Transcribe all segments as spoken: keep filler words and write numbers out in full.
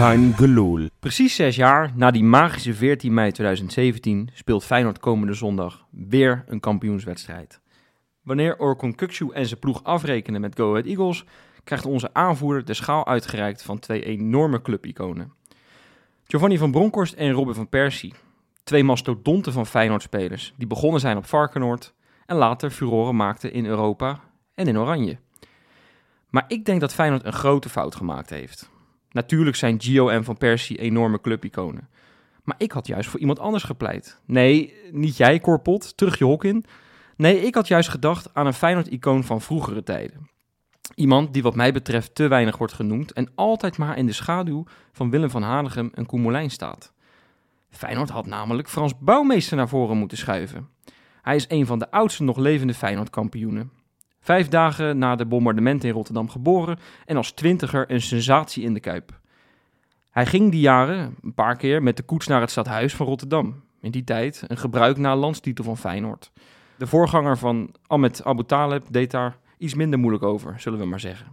Kein gelul. Precies zes jaar na die magische veertien mei tweeduizend zeventien speelt Feyenoord komende zondag weer een kampioenswedstrijd. Wanneer Orkun Kökçü en zijn ploeg afrekenen met Go Ahead Eagles, krijgt onze aanvoerder de schaal uitgereikt van twee enorme clubiconen. Giovanni van Bronckhorst en Robin van Persie, twee mastodonten van Feyenoord-spelers die begonnen zijn op Varkenoord en later furoren maakten in Europa en in Oranje. Maar ik denk dat Feyenoord een grote fout gemaakt heeft. Natuurlijk zijn Gio en Van Persie enorme clubiconen. Maar ik had juist voor iemand anders gepleit. Nee, niet jij, Korpot, terug je hok in. Nee, ik had juist gedacht aan een Feyenoord-icoon van vroegere tijden. Iemand die wat mij betreft te weinig wordt genoemd en altijd maar in de schaduw van Willem van Hanegem en Koen Moulijn staat. Feyenoord had namelijk Frans Bouwmeester naar voren moeten schuiven. Hij is een van de oudste nog levende Feyenoord-kampioenen. Vijf dagen na de bombardementen in Rotterdam geboren en als twintiger een sensatie in de Kuip. Hij ging die jaren een paar keer met de koets naar het stadhuis van Rotterdam. In die tijd een gebruik na landstitel van Feyenoord. De voorganger van Ahmed Abu Taleb deed daar iets minder moeilijk over, zullen we maar zeggen.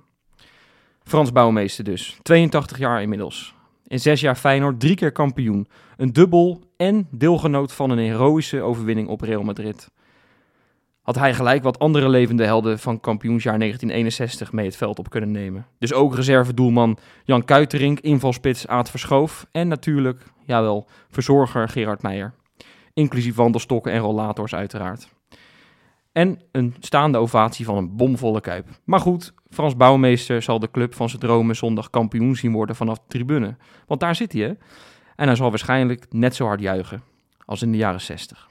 Frans Bouwmeester dus, tweeëntachtig jaar inmiddels. In zes jaar Feyenoord drie keer kampioen. Een dubbel en deelgenoot van een heroïsche overwinning op Real Madrid. Had hij gelijk wat andere levende helden van kampioensjaar negentien eenenzestig mee het veld op kunnen nemen. Dus ook reservedoelman Jan Kuijterink, invalspits Aad Verschoof en natuurlijk, jawel, verzorger Gerard Meijer. Inclusief wandelstokken en rollators uiteraard. En een staande ovatie van een bomvolle Kuip. Maar goed, Frans Bouwmeester zal de club van zijn dromen zondag kampioen zien worden vanaf de tribune. Want daar zit hij, hè? En hij zal waarschijnlijk net zo hard juichen als in de jaren zestig.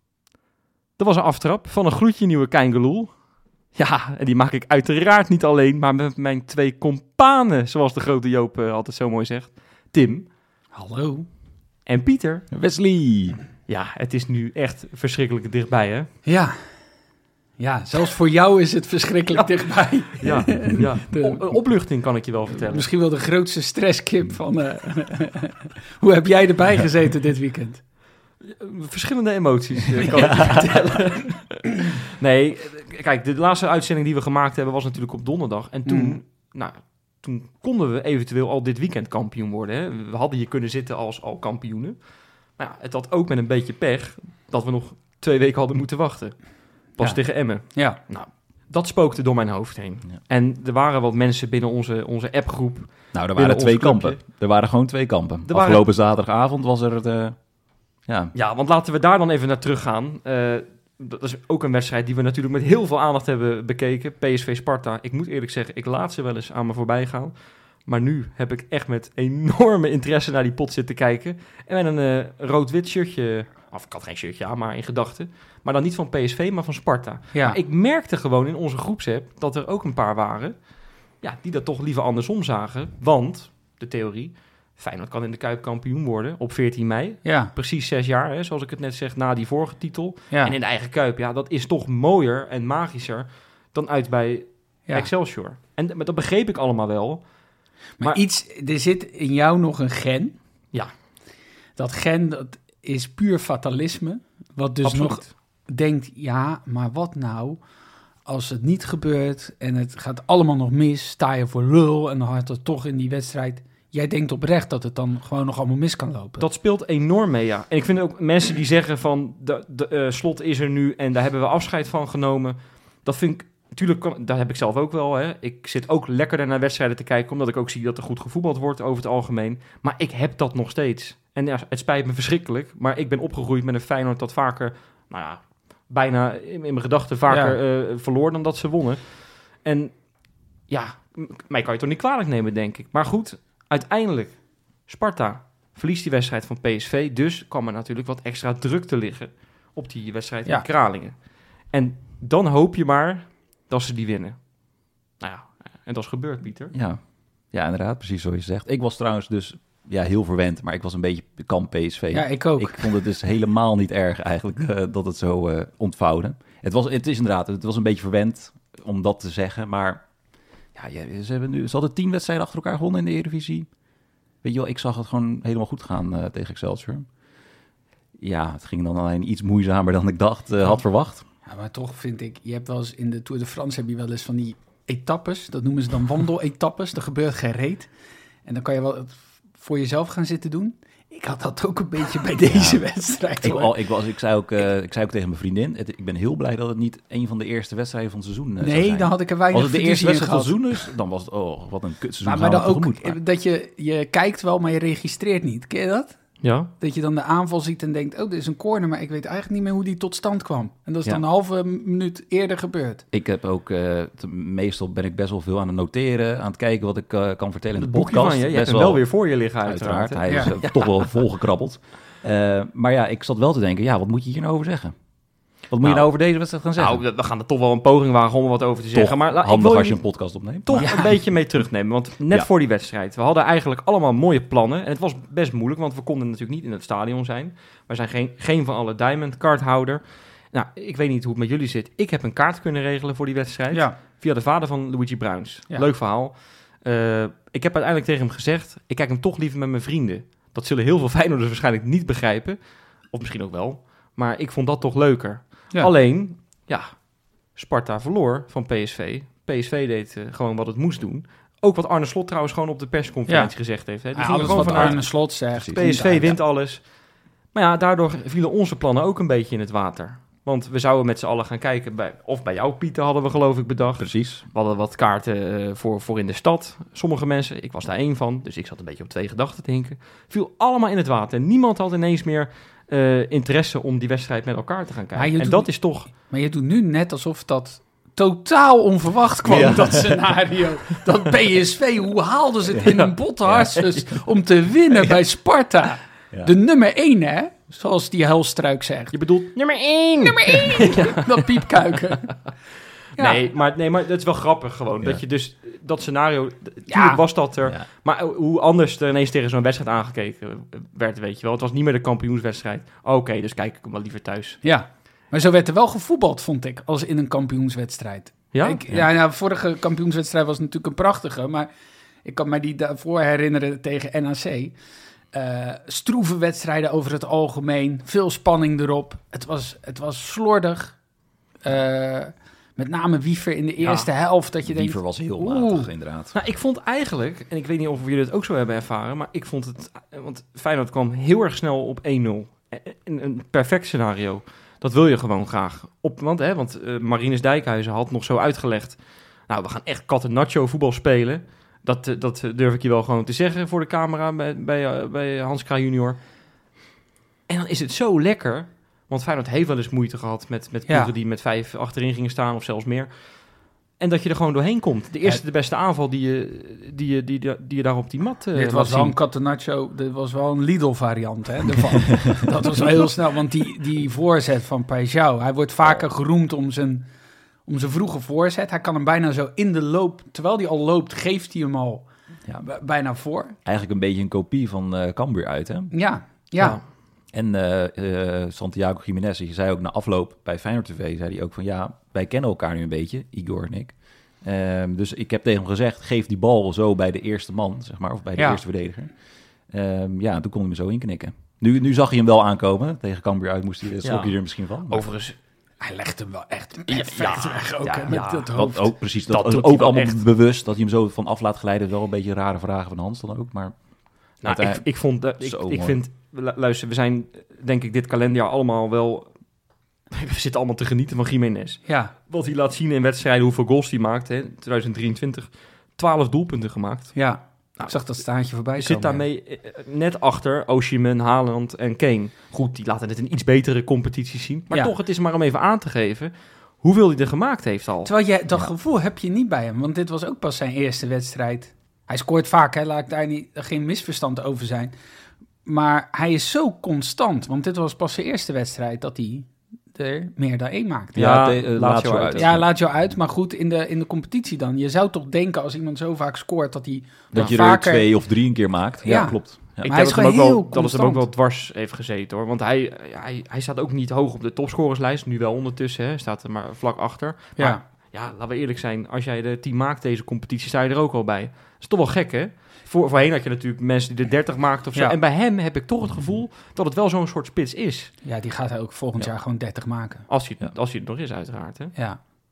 Dat was een aftrap van een gloedje nieuwe Kein Gelul. Ja, en die maak ik uiteraard niet alleen, maar met mijn twee companen, zoals de grote Joop uh, altijd zo mooi zegt. Tim. Hallo. En Pieter. Wesley. Ja, het is nu echt verschrikkelijk dichtbij, hè? Ja. Ja, zelfs voor jou is het verschrikkelijk ja. dichtbij. Ja, ja. De, o- een opluchting kan ik je wel vertellen. Misschien wel de grootste stresskip van... Uh, hoe heb jij erbij gezeten dit weekend? Verschillende emoties, kan ja. ik je vertellen. Nee, kijk, de laatste uitzending die we gemaakt hebben was natuurlijk op donderdag. En toen, mm. nou, toen konden we eventueel al dit weekend kampioen worden. Hè? We hadden hier kunnen zitten als al kampioenen. Maar ja, het had ook met een beetje pech dat we nog twee weken hadden moeten wachten. Pas ja. tegen Emmen. Ja. Nou, dat spookte door mijn hoofd heen. Ja. En er waren wat mensen binnen onze, onze appgroep. Nou, er waren twee kampen. Clubje. Er waren gewoon twee kampen. Er Afgelopen waren... zaterdagavond was er... De... Ja. ja, want laten we daar dan even naar teruggaan. Uh, dat is ook een wedstrijd die we natuurlijk met heel veel aandacht hebben bekeken. P S V Sparta. Ik moet eerlijk zeggen, ik laat ze wel eens aan me voorbij gaan. Maar nu heb ik echt met enorme interesse naar die pot zitten kijken. En met een uh, rood-wit shirtje... Of ik had geen shirtje aan, maar in gedachten. Maar dan niet van P S V, maar van Sparta. Ja. Maar ik merkte gewoon in onze groepsapp dat er ook een paar waren... Ja, die dat toch liever andersom zagen. Want, de theorie... Feyenoord kan in de Kuip kampioen worden op veertien mei. Ja. Precies zes jaar, hè, zoals ik het net zeg, na die vorige titel. Ja. En in de eigen Kuip, ja, dat is toch mooier en magischer dan uit bij ja. Excelsior. En maar dat begreep ik allemaal wel. Maar, maar iets, er zit in jou nog een gen. Ja. Dat gen, dat is puur fatalisme. Wat dus Absoluut. nog denkt, ja, maar wat nou als het niet gebeurt en het gaat allemaal nog mis, sta je voor lul en dan gaat het toch in die wedstrijd... Jij denkt oprecht dat het dan gewoon nog allemaal mis kan lopen. Dat speelt enorm mee, ja. En ik vind ook mensen die zeggen van... de, de uh, Slot is er nu en daar hebben we afscheid van genomen. Dat vind ik... Natuurlijk, kan, daar heb ik zelf ook wel. Hè. Ik zit ook lekkerder naar wedstrijden te kijken... omdat ik ook zie dat er goed gevoetbald wordt over het algemeen. Maar ik heb dat nog steeds. En ja, het spijt me verschrikkelijk. Maar ik ben opgegroeid met een Feyenoord dat vaker... nou ja, bijna in, in mijn gedachten vaker ja. uh, verloor dan dat ze wonnen. En ja, mij kan je toch niet kwalijk nemen, denk ik. Maar goed... Uiteindelijk, Sparta verliest die wedstrijd van P S V. Dus kwam er natuurlijk wat extra druk te liggen op die wedstrijd ja. in Kralingen. En dan hoop je maar dat ze die winnen. Nou ja, en dat is gebeurd, Pieter. Ja, ja inderdaad, precies zoals je zegt. Ik was trouwens dus ja, heel verwend, maar ik was een beetje kamp P S V. Ja, ik ook. Ik vond het dus helemaal niet erg eigenlijk uh, dat het zo uh, ontvouwde. Het, was, het is inderdaad, het was een beetje verwend om dat te zeggen, maar... Ja, ze, hebben nu, ze hadden tien wedstrijden achter elkaar gewonnen in de Eredivisie. Weet je wel, ik zag het gewoon helemaal goed gaan uh, tegen Excelsior. Ja, het ging dan alleen iets moeizamer dan ik dacht, uh, had verwacht. Ja, maar toch vind ik, je hebt wel eens in de Tour de France heb je wel eens van die etappes. Dat noemen ze dan wandeletappes. Er gebeurt geen reet. En dan kan je wel voor jezelf gaan zitten doen. Ik had dat ook een beetje bij deze Ja. wedstrijd. Ik, hoor. al, ik, was, ik, zei ook, uh, ik zei ook tegen mijn vriendin, het, ik ben heel blij dat het niet een van de eerste wedstrijden van het seizoen uh, zou nee, zijn. dan had ik er weinig Als het de eerste verliezen wedstrijd van in het gehad. seizoen is, dan was het, oh, wat een kutseizoen Maar, gaan maar dan we ook tegemoet. Maar- dat je, je kijkt wel, maar je registreert niet. Ken je dat? Ja. Dat je dan de aanval ziet en denkt, oh, dit is een corner, maar ik weet eigenlijk niet meer hoe die tot stand kwam. En dat is Ja. dan een halve minuut eerder gebeurd. Ik heb ook, uh, te, meestal ben ik best wel veel aan het noteren, aan het kijken wat ik uh, kan vertellen in Het de boekje podcast. van je, je hebt Best hem wel weer voor je liggen uiteraard. Uiteraard, hè? hij Ja. is uh, toch wel volgekrabbeld. Uh, maar ja, ik zat wel te denken, ja, wat moet je hier nou over zeggen? Wat moet Nou, je nou over deze wedstrijd gaan zeggen? Nou, we gaan er toch wel een poging wagen om er wat over te zeggen. Toch Maar la- ik handig wil als je je een podcast opneemt. toch Maar- een beetje mee terugnemen. Want net Ja. voor die wedstrijd, we hadden eigenlijk allemaal mooie plannen. En het was best moeilijk, want we konden natuurlijk niet in het stadion zijn. We zijn geen, geen van alle Diamond kaarthouder. Nou, ik weet niet hoe het met jullie zit. Ik heb een kaart kunnen regelen voor die wedstrijd. Ja. Via de vader van Luigi Bruins. Ja. Leuk verhaal. Uh, ik heb uiteindelijk tegen hem gezegd, ik kijk hem toch liever met mijn vrienden. Dat zullen heel veel Feyenoorders waarschijnlijk niet begrijpen. Of misschien ook wel. Maar ik vond dat toch leuker. Ja. Alleen, ja, Sparta verloor van P S V. P S V deed uh, gewoon wat het moest doen. Ook wat Arne Slot trouwens gewoon op de persconferentie Ja. gezegd heeft. Hè. Die Ja, ging er alles gewoon wat vanuit, Arne Slot zegt. P S V wint alles. Maar ja, daardoor vielen onze plannen ook een beetje in het water. Want we zouden met z'n allen gaan kijken. Bij, of bij jou, Pieter, hadden we geloof ik bedacht. Precies. We hadden wat kaarten uh, voor, voor in de stad. Sommige mensen, ik was daar één van. Dus ik zat een beetje op twee gedachten te hinken. Viel allemaal in het water. Niemand had ineens meer uh, interesse om die wedstrijd met elkaar te gaan kijken. En doet, dat is toch... Maar je doet nu net alsof dat totaal onverwacht kwam, ja. dat scenario. Dat P S V, hoe haalden ze het ja. in een botte hartjes ja. om te winnen ja. bij Sparta? Ja. De nummer één, hè? Zoals die Helstruik zegt. Je bedoelt nummer één! Nummer één! Ja. Dat piepkuiken. Ja. Nee, maar, nee, maar dat is wel grappig gewoon. Ja. Dat je dus, dat scenario, ja. was dat er. Ja. Maar hoe anders er ineens tegen zo'n wedstrijd aangekeken werd, weet je wel. Het was niet meer de kampioenswedstrijd. Oké, okay, dus kijk ik hem wel liever thuis. Ja, maar zo werd er wel gevoetbald, vond ik, als in een kampioenswedstrijd. Ja? Ik, ja, ja, de vorige kampioenswedstrijd was natuurlijk een prachtige, maar ik kan me die daarvoor herinneren tegen N A C. Uh, stroeve wedstrijden over het algemeen, veel spanning erop. Het was, het was slordig. Uh, met name Wiever in de eerste ja, helft. Dat je Wiever denkt, was heel matig, inderdaad. Nou, ik vond eigenlijk, en ik weet niet of jullie het ook zo hebben ervaren, maar ik vond het, want Feyenoord kwam heel erg snel op één nul. Een, een perfect scenario. Dat wil je gewoon graag. Op, want hè, want uh, Marinus Dijkhuizen had nog zo uitgelegd, nou, we gaan echt catenaccio voetbal spelen. Dat, uh, dat durf ik je wel gewoon te zeggen voor de camera bij, bij, uh, bij Hans Kraaij junior. En dan is het zo lekker, want Feyenoord heeft wel eens moeite gehad met, met ploegen ja. die met vijf achterin gingen staan of zelfs meer. En dat je er gewoon doorheen komt. De eerste, ja. de beste aanval die je, die je, die, die, die je daar op die mat uh, Dit was wel zien. Een catenaccio, dit was wel een Lidl-variant, hè, ervan. Dat was wel heel snel, want die, die voorzet van Paixão, hij wordt vaker oh. geroemd om zijn, om zijn vroege voorzet. Hij kan hem bijna zo in de loop, terwijl hij al loopt, geeft hij hem al ja. b- bijna voor. Eigenlijk een beetje een kopie van uh, Cambuur uit, hè? Ja, ja. ja. En uh, uh, Santiago Gimenez, je zei ook na afloop bij Feyenoord T V, zei hij ook van ja, wij kennen elkaar nu een beetje, Igor en ik. Um, dus ik heb tegen hem gezegd, geef die bal zo bij de eerste man, zeg maar, of bij de ja. eerste verdediger. Um, ja, toen kon hij me zo inknikken. Nu, nu zag hij hem wel aankomen, tegen Cambuur uit moest hij, schrok ja. hij er misschien van. Maar... Overigens, hij legt hem wel echt perfect ja, weg ook, ja, hè, met ja. dat hoofd. Dat ook, precies, dat, dat, dat ook allemaal echt bewust, dat hij hem zo van af laat glijden, wel een beetje rare vragen van Hans dan ook, maar... Nou, ik, ik vond, uh, ik, ik vind, luister, we zijn denk ik dit kalenderjaar allemaal wel, we zitten allemaal te genieten van Gimenez. Ja. Wat hij laat zien in wedstrijden, hoeveel goals hij maakt, hè, twintig drieëntwintig, twaalf doelpunten gemaakt. Ja, nou, ik zag dat staartje voorbij komen. Zit daarmee ja. net achter Osimhen, Haaland en Kane. Goed, die laten het een iets betere competitie zien, maar ja. toch, het is maar om even aan te geven hoeveel hij er gemaakt heeft al. Terwijl jij, dat ja. gevoel heb je niet bij hem, want dit was ook pas zijn eerste wedstrijd. Hij scoort vaak, hè, laat ik daar niet, geen misverstand over zijn. Maar hij is zo constant. Want dit was pas zijn eerste wedstrijd dat hij er meer dan één maakte. Ja, ja uh, laat jou uit. Ja, laat jou uit. Maar goed, in de, in de competitie dan. Je zou toch denken als iemand zo vaak scoort dat hij dat je vaker... er twee of drie een keer maakt. Ja, ja. klopt. Ja. Ik maar denk dat, het hem ook wel, dat het hem ook wel dwars heeft gezeten, hoor. Want hij, hij, hij staat ook niet hoog op de topscorerslijst. Nu wel ondertussen, hè. Staat er maar vlak achter. Maar, ja. ja, laten we eerlijk zijn. Als jij de tien maakt deze competitie, sta je er ook al bij. Dat is toch wel gek, hè? Voor, voorheen had je natuurlijk mensen die de dertig maakten of zo. Ja. En bij hem heb ik toch het gevoel dat het wel zo'n soort spits is. Ja, die gaat hij ook volgend ja. jaar gewoon dertig maken. Als hij, ja. als hij het nog is, uiteraard. Hè? Ja.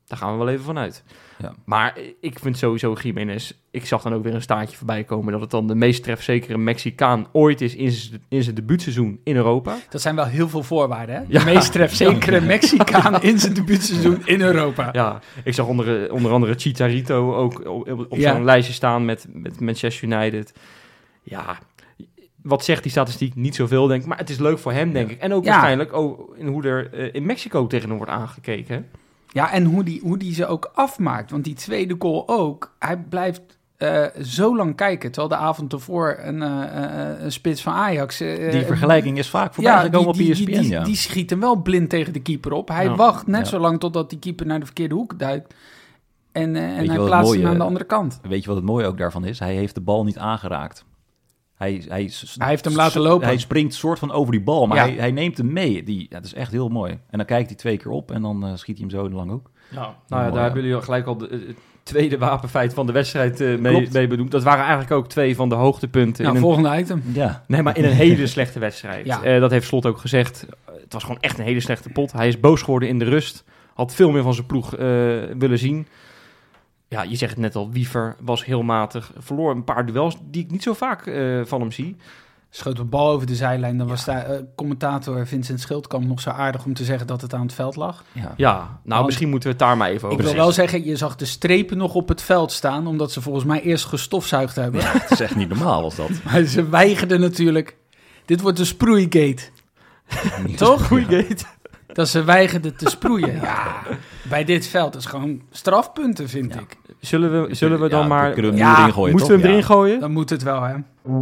Daar gaan we wel even vanuit. Ja. Maar ik vind sowieso Gimenez... Ik zag dan ook weer een staartje voorbij komen... dat het dan de meest trefzekere Mexicaan ooit is... in zijn, in zijn debuutseizoen in Europa. Dat zijn wel heel veel voorwaarden, hè? De Ja. meest trefzekere Mexicaan in zijn debuutseizoen in Europa. Ja, ik zag onder, onder andere Chicharito ook op, op, op Ja. zo'n lijstje staan... Met, met Manchester United. Ja... Wat zegt die statistiek? Niet zoveel, denk ik. Maar het is leuk voor hem, denk ik. En ook Ja. waarschijnlijk oh, in hoe er uh, in Mexico tegen hem wordt aangekeken. Ja, en hoe die, hoe die ze ook afmaakt. Want die tweede goal ook. Hij blijft uh, zo lang kijken. Terwijl de avond ervoor een, uh, uh, een spits van Ajax... Uh, Die vergelijking is vaak voorbij ja, gekomen die, op die, E S P N. die, ja. die, die schiet hem wel blind tegen de keeper op. Hij Ja. wacht net Ja. zo lang totdat die keeper naar de verkeerde hoek duikt. En, uh, en je hij wat plaatst het hem mooie- aan de andere kant. Weet je wat het mooie ook daarvan is? Hij heeft de bal niet aangeraakt. Hij, hij, Hij heeft hem laten lopen. Hij springt soort van over die bal, maar Ja. hij, hij neemt hem mee. Die, ja, dat is echt heel mooi. En dan kijkt hij twee keer op en dan uh, schiet hij hem zo in de lange hoek. Ja. Nou ja, Mooi, daar ja. hebben jullie al gelijk al de, het tweede wapenfeit van de wedstrijd uh, mee, Klopt. mee bedoeld. Dat waren eigenlijk ook twee van de hoogtepunten. Nou, in een, volgende item. Ja, nee, maar in een hele slechte wedstrijd. Ja. Uh, dat heeft Slot ook gezegd. Uh, het was gewoon echt een hele slechte pot. Hij is boos geworden in de rust. Had veel meer van zijn ploeg uh, willen zien. Ja, je zegt het net al, Wiever was heel matig. Verloor een paar duels die ik niet zo vaak uh, van hem zie. Schoot de bal over de zijlijn. Dan was daar uh, commentator Vincent Schildkamp nog zo aardig om te zeggen dat het aan het veld lag. ja. Ja, nou Want- misschien moeten we het daar maar even Ik over wil zeggen. wel zeggen, je zag de strepen nog op het veld staan, omdat ze volgens mij eerst gestofzuigd hebben. Ja, het is echt niet normaal was dat. Maar ze weigerden natuurlijk. Dit wordt de sproeigate. Toch? Goeie Dat ze weigerden te sproeien. Ja, bij dit veld is gewoon strafpunten, vind Ja. ik. Zullen we, zullen we dan Ja, maar... kunnen we hem Ja, nu erin gooien, Moeten we toch? hem erin Ja. gooien? Dan moet het wel, hè.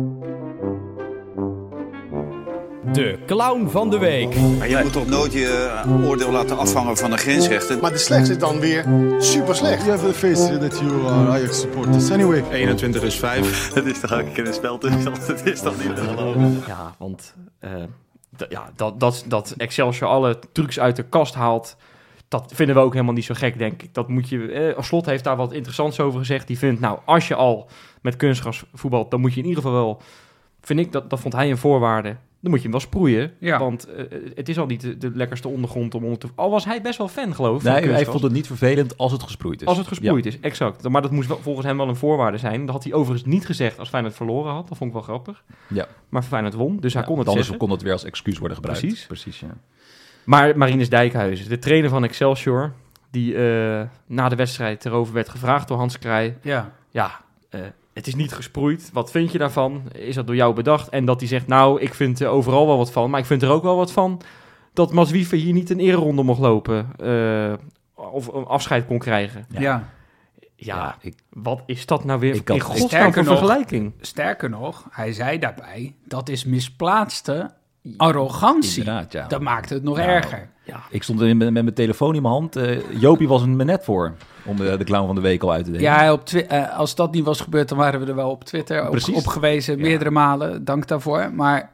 De clown van de week. Maar je moet toch nooit je uh, oordeel laten afhangen van een grensrechter. Maar de slechtste is dan weer super slecht. You have the face that you are Ajax supporters. Anyway. eenentwintig is vijf. Het is toch ook een speltoestand. Het is toch niet te geloven. Ja, want uh, d- ja, dat, dat, dat Excelsior alle trucs uit de kast haalt, dat vinden we ook helemaal niet zo gek, denk ik. Dat moet je, eh, Slot heeft daar wat interessants over gezegd. Die vindt, nou, als je al met kunstgras voetbalt, dan moet je in ieder geval wel, vind ik, dat, dat vond hij een voorwaarde, dan moet je hem wel sproeien. Ja. Want uh, het is al niet de, de lekkerste ondergrond om onder te... Al was hij best wel fan, geloof ik, van Nee, hij kunstgras. vond het niet vervelend als het gesproeid is. Als het gesproeid is, exact. Maar dat moest wel, volgens hem wel een voorwaarde zijn. Dat had hij overigens niet gezegd als Feyenoord verloren had. Dat vond ik wel grappig. Ja. Maar Feyenoord won, dus hij Ja, kon het want anders zeggen. kon het weer als excuus worden gebruikt. Precies. Precies, ja. Maar Marinus Dijkhuizen, de trainer van Excelsior, die uh, na de wedstrijd erover werd gevraagd door Hans Kraaij. Ja. Ja, uh, het is niet gesproeid. Wat vind je daarvan? Is dat door jou bedacht? En dat hij zegt, nou, ik vind er overal wel wat van. Maar ik vind er ook wel wat van dat Mats Wiever hier niet een ereronde mocht lopen. Uh, of een afscheid kon krijgen. Ja. ja. Ja, Ja, ik, wat is dat nou weer Ik had- in godsnaam Sterker voor nog- vergelijking? Sterker nog, hij zei daarbij, dat is misplaatste arrogantie. inderdaad, ja. Dat maakt het nog Nou, erger. Ja, Ik stond er met, met mijn telefoon in mijn hand. Uh, Jopie was er me net voor om de, de clown van de week al uit te delen. Ja, op twi- uh, als dat niet was gebeurd, dan waren we er wel op Twitter op, Precies. op gewezen. Ja. Meerdere malen, dank daarvoor. Maar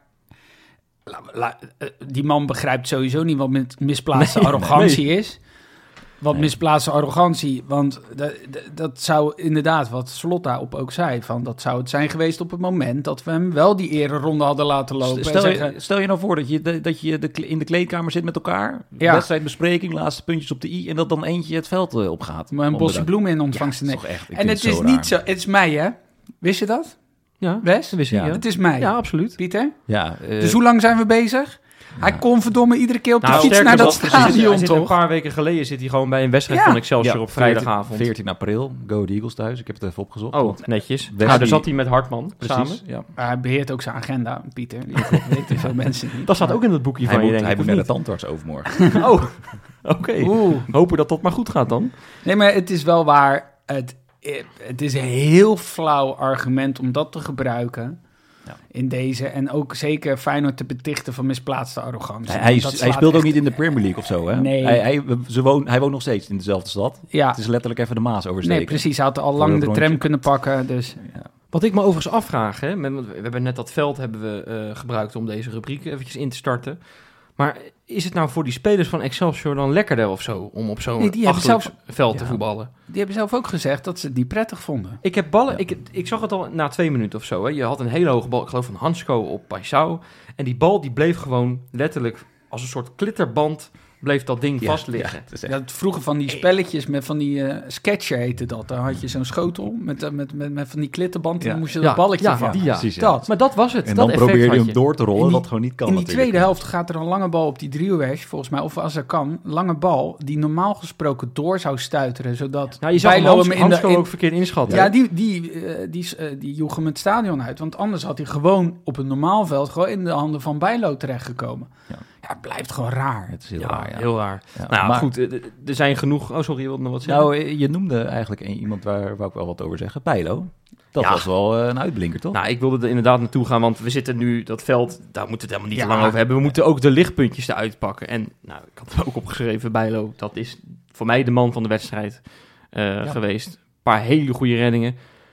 la, la, uh, die man begrijpt sowieso niet wat met misplaatste Nee, arrogantie is. Wat Nee. misplaatste arrogantie, want dat, dat zou inderdaad, wat Slot daarop ook zei, van dat zou het zijn geweest op het moment dat we hem wel die ereronde hadden laten lopen. Stel en je, zeggen, stel je nou voor dat je, de, dat je de, in de kleedkamer zit met elkaar. Ja. Wedstrijdbespreking, laatste puntjes op de i. En dat dan eentje het veld uh, opgaat. om een bosje Onbedankt. bloemen in Ja, ontvangst te dat is nemen. toch echt, ik En vind het is zo niet raar. zo, het is mei hè? Wist je dat? ja. Wes? Dat wist ik, Ja. ja. Het is mei. Ja, absoluut. Pieter? Ja, uh, Dus hoe lang zijn we bezig? Hij kon verdomme iedere keer op de Nou, fiets sterker naar dat nog, hij zit- stadion, hij zit Een toch? paar weken geleden zit hij gewoon bij een wedstrijd Ja. van Excelsior ja, op vrijdagavond. veertien april, Go Ahead Eagles thuis. Ik heb het even opgezocht. Oh, netjes. Wesley- Nou, daar zat hij met Hartman Precies, samen. ja. Maar hij beheert ook zijn agenda, Pieter. Dat weten veel mensen niet. Dat staat ook in het boekje Hij van je, moet, denk hij ik, moet of naar de niet? tandarts overmorgen. Oh, oké. Oeh. Hopen dat dat maar goed gaat dan. Nee, maar het is wel waar. Het, het is een heel flauw argument om dat te gebruiken Ja. in deze. En ook zeker Feyenoord te betichten van misplaatste arrogantie. Hij, hij, Want dat is- hij slaat speelt ook echt- niet in de Premier League of zo, hè? Nee. Hij, hij, ze woont, hij woont nog steeds in dezelfde stad. Ja, Het is letterlijk even de Maas oversteken. nee, precies. Hij had al Voor lang dat de rondje. tram kunnen pakken. Dus Wat ik me overigens afvraag, hè, met- we hebben net dat veld hebben we uh, gebruikt om deze rubriek eventjes in te starten. Maar is het nou voor die spelers van Excelsior dan lekkerder of zo om op zo'n Nee, die hebben achterlijk zelf- veld te Ja. voetballen? die hebben zelf ook gezegd dat ze het niet prettig vonden. Ik heb ballen, Ja. ik, ik zag het al na twee minuten of zo. Hè. Je had een hele hoge bal, ik geloof van Hansko op Paisao. En die bal die bleef gewoon letterlijk als een soort klitterband bleef dat ding Ja, vast liggen. ja, het is echt- Ja, het vroeger van die spelletjes met van die uh, sketcher heette dat. Dan had je zo'n schotel met, uh, met, met, met van die klittenband en Ja. dan moest je Ja, dat balletje ja, vangen. die, ja. precies, ja. Dat. Maar dat was het. En dat dan effect probeer je had hem je. door te rollen, In die- wat gewoon niet kan In die natuurlijk. tweede helft gaat er een lange bal op die driehoek, volgens mij, of als er kan, lange bal die normaal gesproken door zou stuiteren, zodat Nou, je zag hem Bijlo Hans, hem in de- Hansko in- ook verkeerd inschatten. Ja, die, die, uh, die, uh, die joeg hem het stadion uit. Want anders had hij gewoon op een normaal veld gewoon in de handen van Bijlo terechtgekomen. Ja. Ja, het blijft gewoon raar. Het is heel Ja, raar, ja. heel raar. Ja, Nou ja, maar- goed, eh, er zijn genoeg... Oh, sorry, je wilde nog wat zeggen? Nou, eh, je noemde eigenlijk een- iemand waar, waar ik wel wat over zeggen. Bijlo. Dat Ja. was wel eh, een uitblinker, toch? Nou, ik wilde er inderdaad naartoe gaan, want we zitten nu, dat veld, daar moeten we het helemaal niet Ja. te lang over hebben. We moeten ook de lichtpuntjes eruit pakken. En nou, ik had het ook opgeschreven, Bijlo, dat is voor mij de man van de wedstrijd eh, geweest. Een paar hele goede reddingen.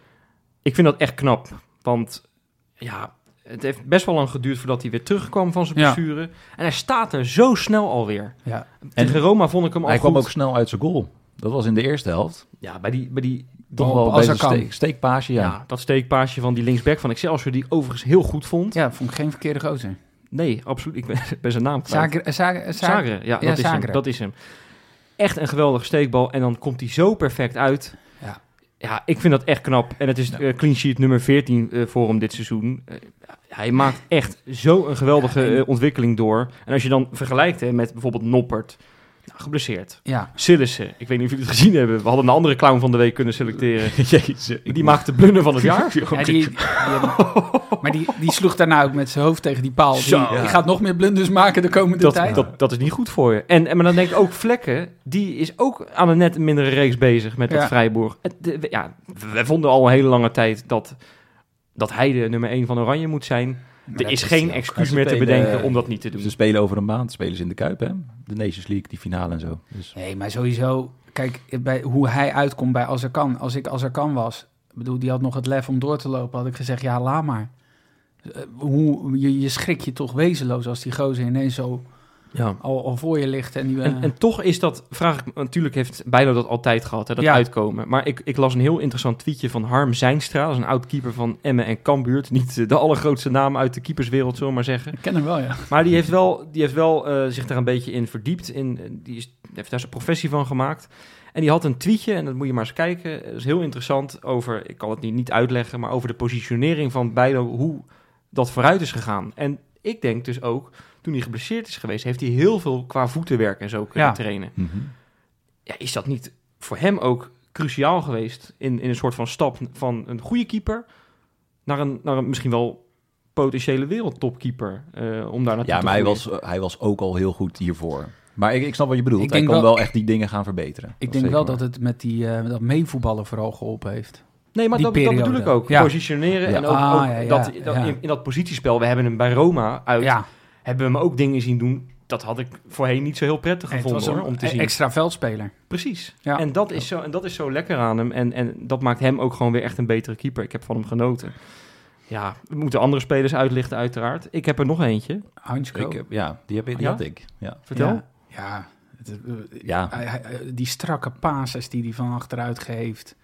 Ik vind dat echt knap, want ja, het heeft best wel lang geduurd voordat hij weer terugkwam van zijn Ja. blessure. En hij staat er zo snel alweer. Ja. Tegen Roma vond ik hem al Hij goed. kwam ook snel uit zijn goal. Dat was in de eerste helft. Ja, bij die, bij die Toch Op wel als bezig er kan. steek, steekpaasje, ja. ja. dat steekpaasje van die linksback van Excelsior, die ik overigens heel goed vond. Ja, vond ik geen verkeerde gozer. Nee, absoluut. Ik ben, ben zijn naam kwijt. Zager, Zager, Sagre, ja, Ja, dat, is Sagre. hem, dat is hem. Echt een geweldige steekbal. En dan komt hij zo perfect uit. Ja. Ja, ik vind dat echt knap. En het is eh, clean sheet nummer veertien eh, voor hem dit seizoen. Eh, hij maakt echt zo een geweldige Ja, en- eh, ontwikkeling door. En als je dan vergelijkt hè, met bijvoorbeeld Noppert. Nou, geblesseerd. Ja. Sillissen. Ik weet niet of jullie het gezien hebben. We hadden een andere clown van de week kunnen selecteren. Jezus. Die maakte de blunder van het jaar. Ja, die, die- maar die, die sloeg daarna ook met zijn hoofd tegen die paal. Die, Zo. die Ja. gaat nog meer blunders maken de komende Dat, tijd. dat, dat is niet goed voor je. En, en maar dan denk ik ook Vlekken, die is ook aan een net mindere reeks bezig met dat Ja. Freiburg. Het, de- we- ja, we vonden al een hele lange tijd dat, dat hij de nummer één van Oranje moet zijn. Maar Er dat is is- geen ja, excuus ze meer te spelen, bedenken eh, om dat niet te doen. Ze spelen over een maand, spelen ze in de Kuip, hè? De Nations League, die finale en zo. Dus Nee, maar sowieso, kijk, bij hoe hij uitkomt bij Als er kan. Als ik Als er kan was, ik bedoel, die had nog het lef om door te lopen, had ik gezegd, ja, laat maar. Uh, hoe, je, je schrik je toch wezenloos als die gozer ineens zo ja. al, al voor je ligt. En, die, uh, En, en toch is dat, vraag ik me, natuurlijk heeft Bijlo dat altijd gehad, hè, dat Ja. uitkomen. Maar ik, ik las een heel interessant tweetje van Harm Zijnstra, dat is een oud keeper van Emmen en Cambuur. Niet eh, de allergrootste naam uit de keeperswereld, zullen we maar zeggen. ik ken hem wel, ja. Maar die heeft wel, die heeft wel uh, zich daar een beetje in verdiept. In, uh, die is, heeft daar zijn professie van gemaakt. En die had een tweetje, en dat moet je maar eens kijken. Dat is heel interessant over, ik kan het niet, niet uitleggen, maar over de positionering van Bijlo, hoe dat vooruit is gegaan. En ik denk dus ook, toen hij geblesseerd is geweest, heeft hij heel veel qua voetenwerk en zo kunnen Ja. trainen. mhm. Ja, is dat niet voor hem ook cruciaal geweest in, in een soort van stap van een goede keeper naar een, naar een misschien wel potentiële wereldtopkeeper uh, om daar naartoe Ja, te maar hij groeien? was, hij was ook al heel goed hiervoor. Maar ik, ik snap wat je bedoelt. Ik Hij denk kan wel- wel echt die dingen gaan verbeteren. Ik Dat denk zeker wel waar. dat het met die, uh, dat meevoetballen vooral geholpen heeft. Nee, maar die dat, dat periode. bedoel ik ook. Ja. Positioneren Ja. en ook, Ah, ook ja, ja, dat, dat ja. in, in dat positiespel. We hebben hem bij Roma uit. Ja, Hebben we hem ook dingen zien doen. Dat had ik voorheen niet zo heel prettig het gevonden was hoor, een om te e- zien. extra veldspeler. Precies. Ja. En, dat is zo, en dat is zo lekker aan hem. En, en dat maakt hem ook gewoon weer echt een betere keeper. Ik heb van hem genoten. Ja, we moeten andere spelers uitlichten uiteraard. Ik heb er nog eentje. Hansko. Ik, heb- ja, die, heb, die Ja? had ik. Ja. Vertel. Ja, ja, het, uh, Ja. hij- hij- die strakke passes die hij van achteruit geeft.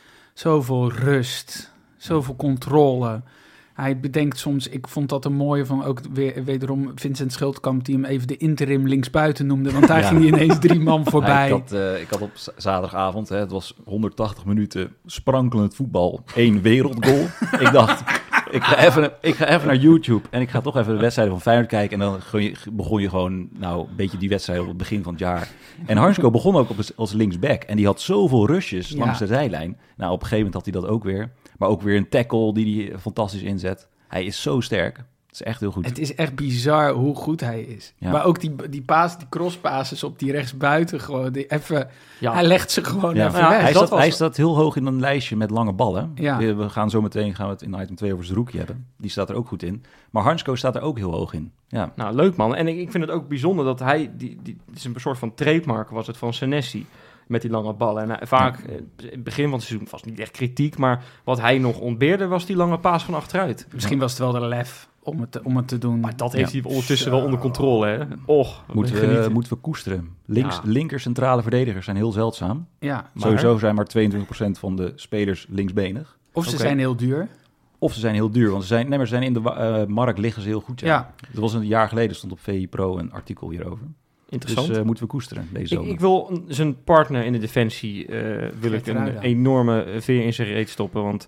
Zoveel rust, zoveel controle. Hij bedenkt soms, ik vond dat een mooie van ook weer, wederom Vincent Schildkamp, die hem even de interim linksbuiten noemde. Want daar Ja. ging hij ineens drie man voorbij. Ja, ik, had, eh, ik had op z- zaterdagavond, hè, het was honderdtachtig minuten sprankelend voetbal, één wereldgoal. Ik dacht, ik ga, even, ik ga even naar YouTube en ik ga toch even de wedstrijden van Feyenoord kijken. En dan begon je, begon je gewoon, nou, een beetje die wedstrijd op het begin van het jaar. En Hansko begon ook op, als linksback en die had zoveel rushes Ja. langs de zijlijn. Nou, op een gegeven moment had hij dat ook weer. Maar ook weer een tackle die hij fantastisch inzet. Hij is zo sterk. Het is echt heel goed. Het is echt bizar hoe goed hij is. Ja. Maar ook die, die paas, die crosspasses op die rechtsbuiten gewoon. Die even, Ja. Hij legt ze gewoon Ja. even Ja, weg. Hij, dat staat, was- hij staat heel hoog in een lijstje met lange ballen. Ja. We, we gaan zo meteen gaan we het in item twee over Zerouki hebben. Die staat er ook goed in. Maar Hansko staat er ook heel hoog in. Ja, Nou, leuk man. En ik, ik vind het ook bijzonder dat hij, die, die, het is een soort van trademark was het van Senesi met die lange ballen. En hij- vaak, eh, in het begin van het seizoen was niet echt kritiek, maar wat hij nog ontbeerde was die lange paas van achteruit. Misschien was het wel de lef om het, te- om het te doen. Maar dat heeft Ja. hij ondertussen Zo. wel onder controle, hè. Och, moeten we, genieten. moeten we koesteren. Links, Ja. linker centrale verdedigers zijn heel zeldzaam. ja. Maar- Sowieso zijn maar tweeëntwintig procent van de spelers linksbenig. Of ze Oké. zijn heel duur. Of ze zijn heel duur, want ze zijn, nee, maar ze zijn in de wa- eh, markt liggen ze heel goed. Ja. Ja. Dat was een jaar geleden, stond op V I Pro een artikel hierover. Interessant. Dus uh, moeten we koesteren deze ik, zomer. ik wil een- zijn partner in de defensie uh, wil ik een Geertruida. enorme veer in zijn reet stoppen. Want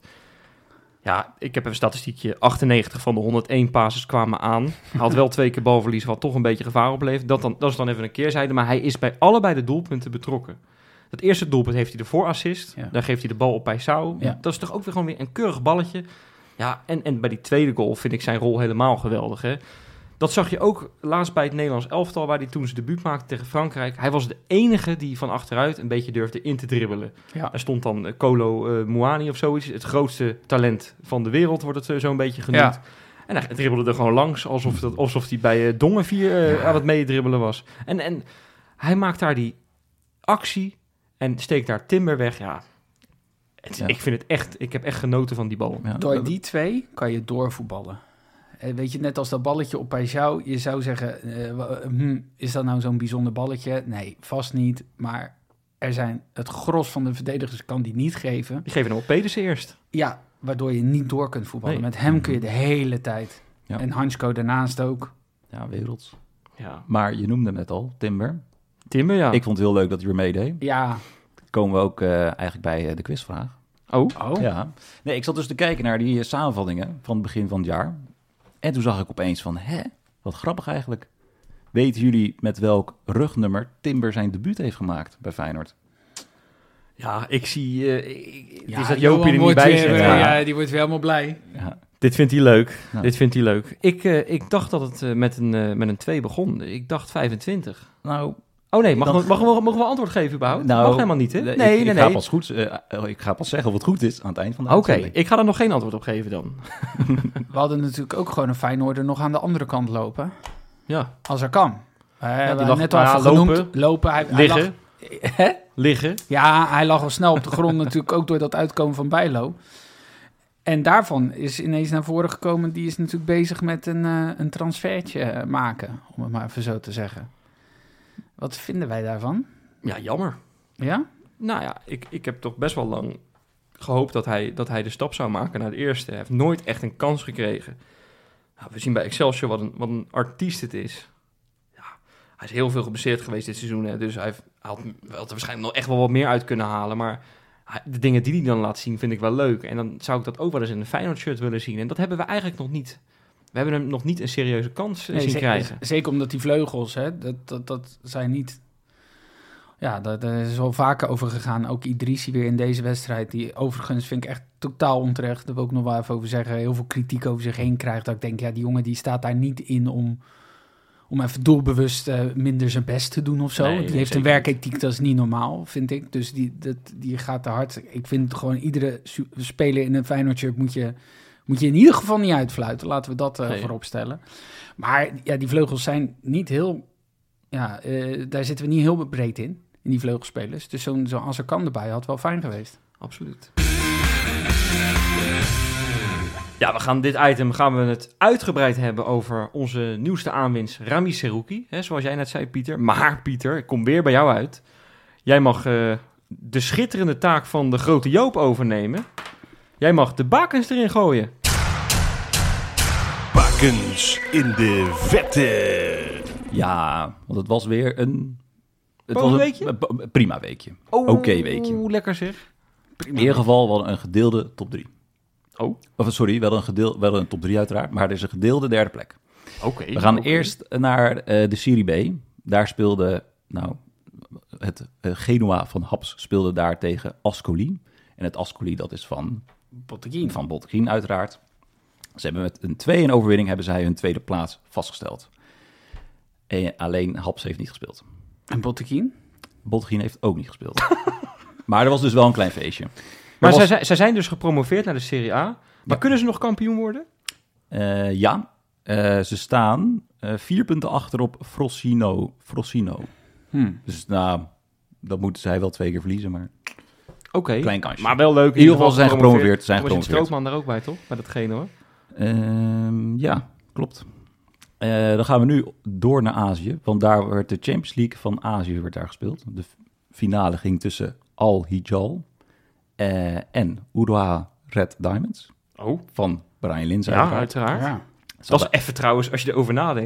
ja, ik heb even een statistiekje. achtennegentig van de honderdéén passes kwamen aan. Hij had wel twee keer balverlies, wat toch een beetje gevaar oplevert. Dat, dan, dat is dan even een keerzijde. Maar hij is bij allebei de doelpunten betrokken. Het eerste doelpunt heeft hij de voorassist. Ja. Daar geeft hij de bal op Paisao. Ja. Dat is toch ook weer gewoon weer een keurig balletje. Ja, en, en bij die tweede goal vind ik zijn rol helemaal geweldig. Hè? Dat zag je ook laatst bij het Nederlands elftal, waar hij toen zijn debuut maakte tegen Frankrijk. Hij was de enige die van achteruit een beetje durfde in te dribbelen. Ja. Daar stond dan uh, Kolo uh, Muani of zoiets. Het grootste talent van de wereld wordt het uh, zo'n beetje genoemd. Ja. En hij dribbelde er gewoon langs, alsof, dat, alsof hij bij uh, Dongenvier uh, aan het meedribbelen was. En, en hij maakt daar die actie en steekt daar Timber weg. Ja, het, Ja. ik vind het echt, ik heb echt genoten van die bal. Ja. Door die twee kan je doorvoetballen. Eh, Weet je, net als dat balletje op Paisao, je zou zeggen, eh, wa- hm, is dat nou zo'n bijzonder balletje? Nee, vast niet. Maar er zijn, het gros van de verdedigers kan die niet geven. Die geven hem op Pedersen eerst. Ja, waardoor je niet door kunt voetballen. Nee. Met hem kun je de hele tijd. Ja. En Hansko daarnaast ook. Ja, werelds. Ja. Maar je noemde hem net al, Timber. Timber, ja. Ik vond het heel leuk dat hij er meedeed. Ja. Komen we ook uh, eigenlijk bij uh, de quizvraag. Oh, Oh. Ja. Nee, ik zat dus te kijken naar die uh, samenvattingen van het begin van het jaar. En toen zag ik opeens van, hè, wat grappig eigenlijk. Weten jullie met welk rugnummer Timber zijn debuut heeft gemaakt bij Feyenoord? ja, ik zie... Uh, ik, Ja, het is dat Johan Jopie er niet wordt bij weer, zit. eh, Ja. ja, die wordt weer helemaal blij. Ja, Dit vindt hij leuk. Ja. Dit vindt hij leuk. Ik, uh, ik dacht dat het uh, met een uh, met een twee begon. Ik dacht vijfentwintig. nou, Oh nee, mag, Dan- mag, mag, mogen we antwoord geven überhaupt? nou Mag helemaal niet, hè? Nee, Nee, ik, nee, ik Ga nee. pas goed, uh, ik ga pas zeggen of het goed is aan het eind van de Oké, uitzending. ik ga er nog geen antwoord op geven dan. We hadden natuurlijk ook gewoon een Feyenoorder nog aan de andere kant lopen. Ja, Als er kan. Uh, die we lag- net al nou ja, even genoemd. lopen. Lopen. Hij, hij liggen, lag, Hè? liggen. Ja, hij lag al snel op de grond natuurlijk ook door dat uitkomen van Bijlo. En daarvan is ineens naar voren gekomen, die is natuurlijk bezig met een, uh, een transfertje maken, om het maar even zo te zeggen. Wat vinden wij daarvan? Ja, jammer. Ja? Nou ja, ik, ik heb toch best wel lang gehoopt dat hij, dat hij de stap zou maken naar de eerste. Hij heeft nooit echt een kans gekregen. Nou, we zien bij Excelsior wat een, wat een artiest het is. Ja, hij is heel veel geblesseerd geweest dit seizoen. Hè, dus hij, heeft, hij had, hij had er waarschijnlijk nog echt wel wat meer uit kunnen halen. Maar hij- de dingen die hij dan laat zien vind ik wel leuk. En dan zou ik dat ook wel eens in een Feyenoord shirt willen zien. En dat hebben we eigenlijk nog niet. We hebben hem nog niet een serieuze kans eh, Nee, zien ze- krijgen. Zeker omdat die vleugels, hè, dat, dat, dat zijn niet... Ja, daar daar is wel vaker over gegaan. Ook Idrissi weer in deze wedstrijd. Die overigens vind ik echt totaal onterecht. Daar wil ik nog wel even over zeggen. Heel veel kritiek over zich heen krijgt. Dat ik denk, ja, die jongen die staat daar niet in om, om even doelbewust uh, minder zijn best te doen of zo. Nee, die nee, heeft een zeker werkethiek, dat is niet normaal, vind ik. Dus die, dat, die gaat te hard. Ik vind gewoon iedere su- speler in een Feyenoord shirt moet je, moet je in ieder geval niet uitfluiten. Laten we dat uh, Nee. voorop stellen. Maar ja, die vleugels zijn niet heel... Ja, uh, daar zitten we niet heel breed in. In die vleugelspelers. Dus zo'n zo als er kan erbij had wel fijn geweest. Absoluut. Ja, we gaan dit item gaan we het uitgebreid hebben over onze nieuwste aanwinst, Rami Serouki. Hè, zoals jij net zei, Pieter. Maar Pieter, ik kom weer bij jou uit. Jij mag uh, de schitterende taak van de grote Joop overnemen. Jij mag de bakens erin gooien. Bakens in de vette. Ja, want het was weer een... Het Boven was een weekje? b- b- prima weekje. Oh, Oké weekje. lekker zeg. In ieder geval, we hadden een gedeelde top drie. Oh. Of sorry, we hadden een, gedeel, we hadden een top drie uiteraard, maar er is een gedeelde derde plek. Oké. Okay, We gaan okay. eerst naar uh, de Serie B. Daar speelde, nou, het uh, Genoa van Haps speelde daar tegen Ascoli. En het Ascoli, dat is van Botteguin. van Botteguin uiteraard. Ze hebben met een twee een overwinning hebben zij hun tweede plaats vastgesteld. En alleen Haps heeft niet gespeeld. En Botteguin? Botteguin heeft ook niet gespeeld. Maar er was dus wel een klein feestje. Maar Er was- zij, zij zijn dus gepromoveerd naar de Serie A. Maar Ja. kunnen ze nog kampioen worden? Uh, ja, uh, ze staan uh, vier punten achter op Frosino. Frosino. Hmm. Dus nou, dat moeten zij wel twee keer verliezen, maar Oké. Okay. klein kansje. Maar wel leuk. In ieder geval, ze zijn gepromoveerd. Ze zijn Was je gepromoveerd. Strootman daar ook bij, toch? Bij datgene hoor. Uh, ja, klopt. Uh, dan gaan we nu door naar Azië, want daar werd de Champions League van Azië werd daar gespeeld. De f- finale ging tussen Al Hilal uh, en Urawa Red Diamonds Oh. van Brian Lins. Ja, uiteraard. Ja. Dat is even trouwens, als je erover nadenkt.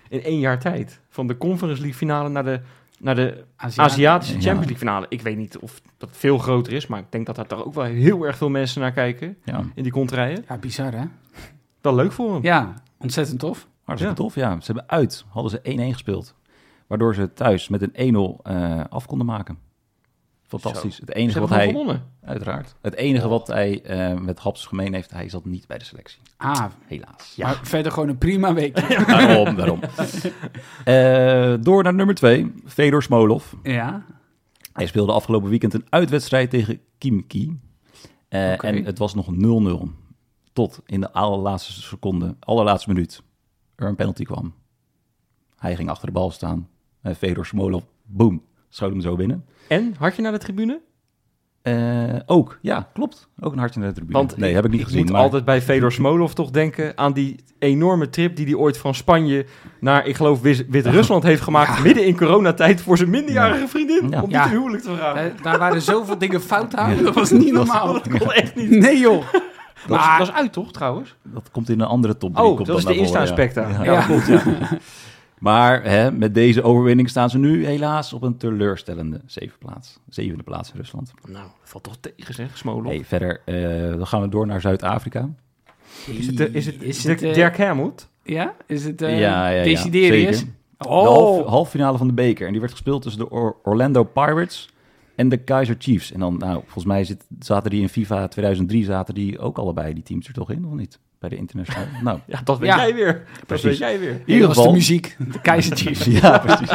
in één jaar tijd. Van de Conference League finale naar de, naar de Aziat- Aziatische Ja. Champions League finale. Ik weet niet of dat veel groter is, maar ik denk dat daar toch ook wel heel erg veel mensen naar kijken Ja, in die kontrijen. Ja, bizar hè? Wel leuk voor hem. Ja, ontzettend tof. hartstikke Ja. tof. Ja, ze hebben uit, hadden ze één-één gespeeld. Waardoor ze thuis met een één-nul uh, af konden maken. Fantastisch. Zo. Het Ze enige wat hebben hij... gewoon gewonnen. Uiteraard. Het enige wat hij uh, met Haps gemeen heeft, hij zat niet bij de selectie. Ah, Helaas. ja. Maar verder gewoon een prima week. Daarom, daarom. Uh, door naar nummer twee, Fedor Smolov. Ja. Hij speelde afgelopen weekend een uitwedstrijd tegen Khimki. Uh, okay. En het was nog nul-nul. Tot in de allerlaatste seconde, allerlaatste minuut, er een penalty kwam. Hij ging achter de bal staan. Uh, Fedor Smolov, boom, schoot hem zo binnen. En, had je naar de tribune? Uh, ook, ja, klopt. Ook een hartje naar de tribune. Want nee, heb ik niet ik gezien. moet maar... altijd bij Fedor Smolov toch denken aan die enorme trip die hij ooit van Spanje naar, ik geloof, Wit-Rusland heeft gemaakt. Ja. Midden in coronatijd voor zijn minderjarige ja. vriendin. Ja. Om die ja. huwelijk te vragen. Daar, daar waren zoveel dingen fout aan. Ja. Dat was niet normaal. Dat kon echt niet. Nee joh. Dat, maar, dat is uit toch, trouwens? Dat komt in een andere top. Oh, dat is de Insta-specta. Ja, ja. ja, klopt, ja. Maar hè, met deze overwinning staan ze nu helaas op een teleurstellende zeven plaats. zevende plaats in Rusland. Nou, dat valt toch tegen, zeg, Smolov. Hey, verder, uh, dan gaan we door naar Zuid-Afrika. Is het, uh, is het, is het uh, Dirk Hermoed? Ja, is het uh, ja, ja, Desiderius? Ja, oh. De half, halffinale van de beker. En die werd gespeeld tussen de Or- Orlando Pirates en de Kaizer Chiefs. En dan, nou, volgens mij zit, zaten die in FIFA tweeduizend drie zaten die ook allebei die teams er toch in, of niet? Bij de internationale. Nou, ja, dat weet ja. jij weer. Dat precies. weet jij weer. In ieder geval de muziek, de Kaizer Chiefs. Ja, precies.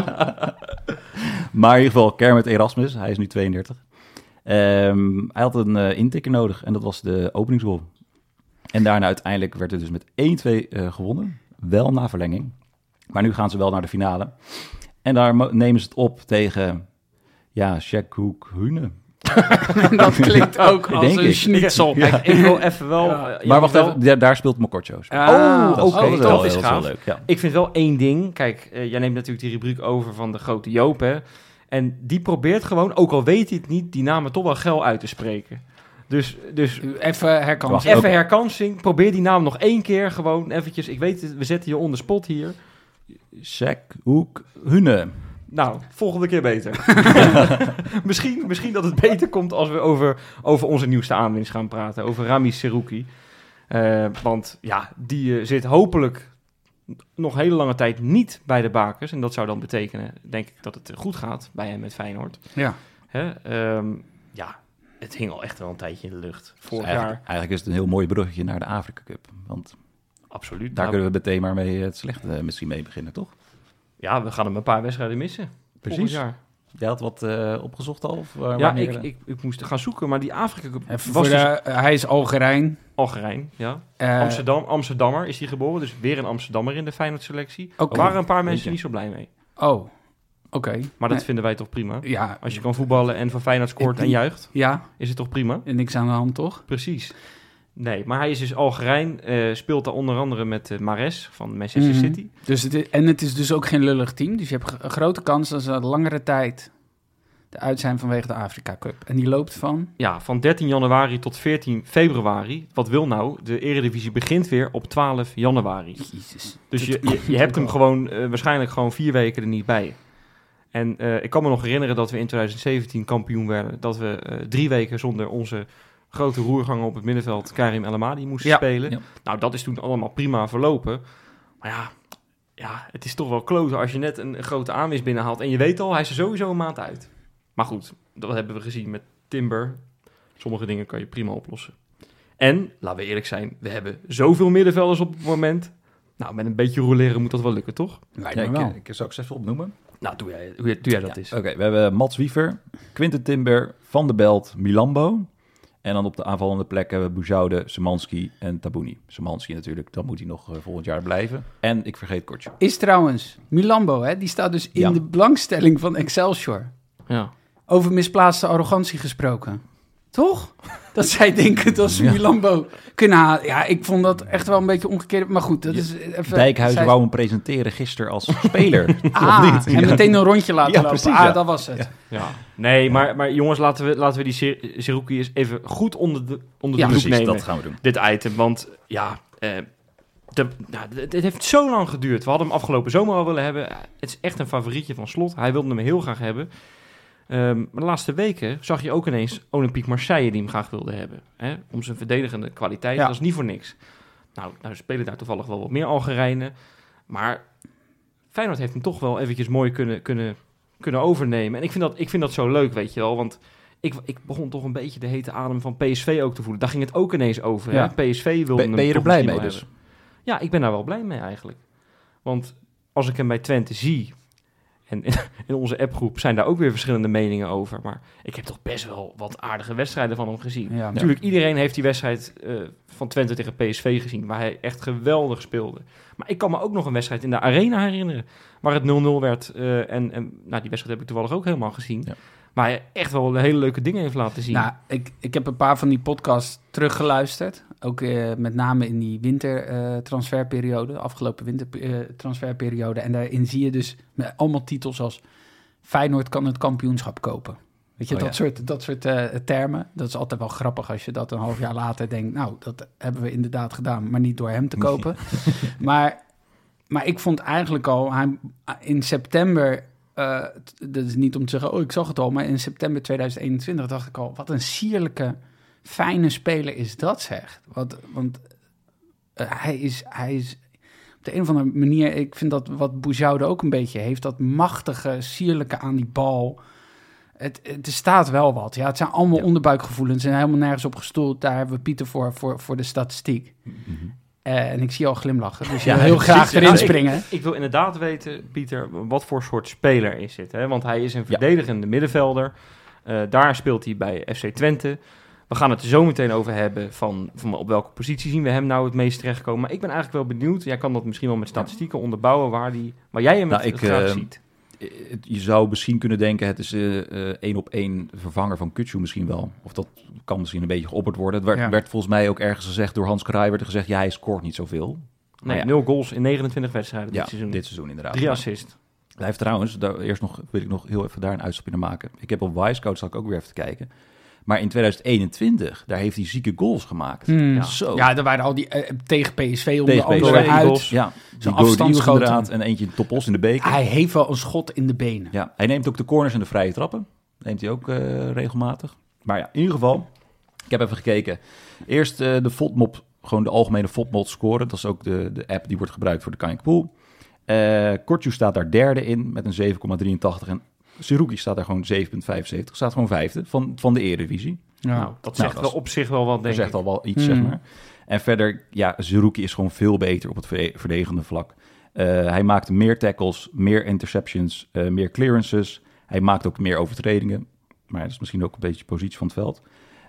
Maar in ieder geval Kermit Erasmus, hij is nu tweeëndertig. Um, hij had een uh, intikker nodig en dat was de openingsgoal. En daarna uiteindelijk werd het dus met één-twee uh, gewonnen. Wel na verlenging. Maar nu gaan ze wel naar de finale. En daar mo- nemen ze het op tegen, ja, Shekhouk Hune. Dat klinkt ook als Denk een ik. schnitzel. Ja. Ik, ik wil even wel... Ja. Uh, maar wacht wel... even, daar, daar speelt Mokotjo. Ah, oh, oké. Okay. Dat, dat is gaaf. leuk, ja. Ik vind wel één ding. Kijk, uh, jij neemt natuurlijk die rubriek over van de grote Joop, hè. En die probeert gewoon, ook al weet hij het niet, die namen toch wel geil uit te spreken. Dus, dus even herkansing. Even herkansing. Probeer die naam nog één keer gewoon eventjes. Ik weet het, we zetten je on the spot hier. Shekhouk Hune. Nou, volgende keer beter. misschien, misschien dat het beter komt als we over, over onze nieuwste aanwinst gaan praten. Over Rami Serouki. Uh, want ja, die uh, zit hopelijk nog een hele lange tijd niet bij de bakers. En dat zou dan betekenen, denk ik, dat het goed gaat bij hem met Feyenoord. Ja. Hè? Um, ja, het hing al echt wel een tijdje in de lucht. Vorig dus eigenlijk, jaar. Eigenlijk is het een heel mooi bruggetje naar de Afrika Cup. Want absoluut. Daar nou, kunnen we meteen maar mee het slechte uh, misschien mee beginnen, toch? Ja, we gaan hem een paar wedstrijden missen. Precies. Jaar. Jij had wat uh, opgezocht al? Of, uh, ja, ik, ik, ik moest gaan zoeken, maar die Afrika Cup was voor de, dus... Hij is Algerijn. Algerijn, ja. Uh, Amsterdam, Amsterdammer is hij geboren, dus weer een Amsterdammer in de Feyenoord-selectie. Er okay. waren een paar mensen niet zo blij mee. Oh, oké. Okay. Maar dat nee. vinden wij toch prima? Ja. Als je kan voetballen en van Feyenoord scoort en, en juicht, ja. is het toch prima? En niks aan de hand, toch? Precies. Nee, maar hij is dus Algerijn, uh, speelt daar onder andere met uh, Mahrez van Manchester mm-hmm. City. Dus het is, en het is dus ook geen lullig team, dus je hebt een grote kans dat ze een langere tijd eruit zijn vanwege de Afrika Cup. En die loopt van? Ja, van dertien januari tot veertien februari. Wat wil nou? De Eredivisie begint weer op twaalf januari. Jezus. Dus je, je, je hebt hem gewoon uh, waarschijnlijk gewoon vier weken er niet bij. En uh, ik kan me nog herinneren dat we in twintig zeventien kampioen werden. Dat we uh, drie weken zonder onze grote roerganger op het middenveld, Karim El Amadi, moesten ja. spelen. Ja. Nou, dat is toen allemaal prima verlopen. Maar ja, ja, het is toch wel kloten als je net een, een grote aanwinst binnenhaalt en je weet al, hij is er sowieso een maand uit. Maar goed, dat hebben we gezien met Timber. Sommige dingen kan je prima oplossen. En, laten we eerlijk zijn, we hebben zoveel middenvelders op het moment. Nou, met een beetje rouleren moet dat wel lukken, toch? Lijkt me ja, wel. Ik, ik zou ik ze even opnoemen. Nou, doe jij, doe jij, doe jij dat ja. eens. Oké, okay, we hebben Mats Wiever, Quinten Timber, Van der Belt, Milambo. En dan op de aanvallende plekken hebben we Boujoude, Szymanski en Tabouni. Szymanski natuurlijk, dan moet hij nog uh, volgend jaar blijven. En ik vergeet Kortje. Is trouwens, Milambo, hè, die staat dus in ja. de belangstelling van Excelsior. Ja. Over misplaatste arrogantie gesproken. Toch? Dat zij denken dat ze ja. Milambo kunnen halen. Ja, ik vond dat echt wel een beetje omgekeerd. Maar goed, dat ja. is even... Dijkhuizen zij... wou hem presenteren gisteren als speler. ah, niet? En ja. meteen een rondje laten ja, lopen. Precies, ah, ja. dat was het. Ja. Ja. Nee, maar, maar jongens, laten we, laten we die Serouki eens even goed onder de, onder de ja, loep precies, nemen. Dat gaan we doen. Dit item, want ja... Eh, de, nou, het, het heeft zo lang geduurd. We hadden hem afgelopen zomer al willen hebben. Het is echt een favorietje van Slot. Hij wilde hem heel graag hebben. Um, maar de laatste weken zag je ook ineens Olympique Marseille die hem graag wilde hebben. Hè? Om zijn verdedigende kwaliteit. Ja. Dat is niet voor niks. Nou, nou spelen daar toevallig wel wat meer Algerijnen. Maar Feyenoord heeft hem toch wel eventjes mooi kunnen, kunnen, kunnen overnemen. En ik vind, dat, ik vind dat zo leuk, weet je wel. Want ik, ik begon toch een beetje de hete adem van P S V ook te voelen. Daar ging het ook ineens over. Ja. Hè? P S V wilde ben, ben je er blij mee dus? Hebben. Ja, ik ben daar wel blij mee eigenlijk. Want als ik hem bij Twente zie... En in onze appgroep zijn daar ook weer verschillende meningen over. Maar ik heb toch best wel wat aardige wedstrijden van hem gezien. Ja, natuurlijk, ja. Iedereen heeft die wedstrijd uh, van Twente tegen P S V gezien... waar hij echt geweldig speelde. Maar ik kan me ook nog een wedstrijd in de Arena herinneren... waar het nul nul werd. Uh, en en nou, die wedstrijd heb ik toevallig ook helemaal gezien... Ja. Waar hij echt wel hele leuke dingen heeft laten zien. Nou, ik, ik heb een paar van die podcasts teruggeluisterd. Ook uh, met name in die wintertransferperiode, uh, afgelopen wintertransferperiode. Uh, en daarin zie je dus met allemaal titels als Feyenoord kan het kampioenschap kopen. Weet je, oh, dat, ja. soort, dat soort uh, termen. Dat is altijd wel grappig als je dat een half jaar later denkt... nou, dat hebben we inderdaad gedaan, maar niet door hem te kopen. maar, maar ik vond eigenlijk al, hij, in september... Uh, dat is niet om te zeggen, oh, ik zag het al... maar in september tweeduizend eenentwintig dacht ik al... wat een sierlijke, fijne speler is dat, zeg. Wat, want uh, hij, is, hij is op de een of andere manier... ik vind dat wat Boujoude ook een beetje heeft... dat machtige, sierlijke aan die bal... Het, het er staat wel wat. Ja, het zijn allemaal ja. onderbuikgevoelens... en helemaal nergens op gestoeld. Daar hebben we Pieter voor, voor, voor de statistiek... Mm-hmm. Uh, en ik zie je al glimlachen, dus je ja, wil heel precies, graag erin nou, springen. Ik, ik wil inderdaad weten, Pieter, wat voor soort speler is dit? Hè? Want hij is een verdedigende ja. middenvelder. Uh, daar speelt hij bij F C Twente. We gaan het er zo meteen over hebben van, van op welke positie zien we hem nou het meest terechtkomen. Maar ik ben eigenlijk wel benieuwd, jij kan dat misschien wel met statistieken onderbouwen, waar, die, waar jij hem nou, het, ik, het graag uh, ziet. Je zou misschien kunnen denken, het is uh, uh, één op één vervanger van Kutsu misschien wel. Of dat kan misschien een beetje geopperd worden. Het werd, ja. werd volgens mij ook ergens gezegd door Hans Kraaij, werd er gezegd, ja, hij scoort niet zoveel. Nee, ja. nul goals in negenentwintig wedstrijden dit ja, seizoen. dit seizoen inderdaad. Drie assists. Hij heeft trouwens, daar, eerst nog wil ik nog heel even daar een uitstapje naar maken. Ik heb op Wisecout, zal ik ook weer even kijken. Maar in tweeduizend eenentwintig, daar heeft hij zieke goals gemaakt. Hmm. Ja. Zo. Ja, er waren al die uh, tegen P S V onder andere uit. Ja, zo'n afstandsschoten. En eentje Topos in de beker. Hij heeft wel een schot in de benen. Ja, hij neemt ook de corners en de vrije trappen. Neemt hij ook uh, regelmatig. Maar ja, in ieder geval, ik heb even gekeken. Eerst uh, de FODMOP, gewoon de algemene FODMOP scoren. Dat is ook de, de app die wordt gebruikt voor de Kank Pool. Uh, Kortju staat daar derde in met een zeven komma drieëntachtig en Seruki staat daar gewoon zeven komma vijfenzeventig. Staat gewoon vijfde van, van de Eredivisie. Ja, nou, dat zegt nou, dat wel op zich wel wat, denk dat ik. zegt al wel iets, hmm. zeg maar. En verder, ja, Seruki is gewoon veel beter op het verdedigende vlak. Uh, hij maakt meer tackles, meer interceptions, uh, meer clearances. Hij maakt ook meer overtredingen. Maar dat is misschien ook een beetje de positie van het veld.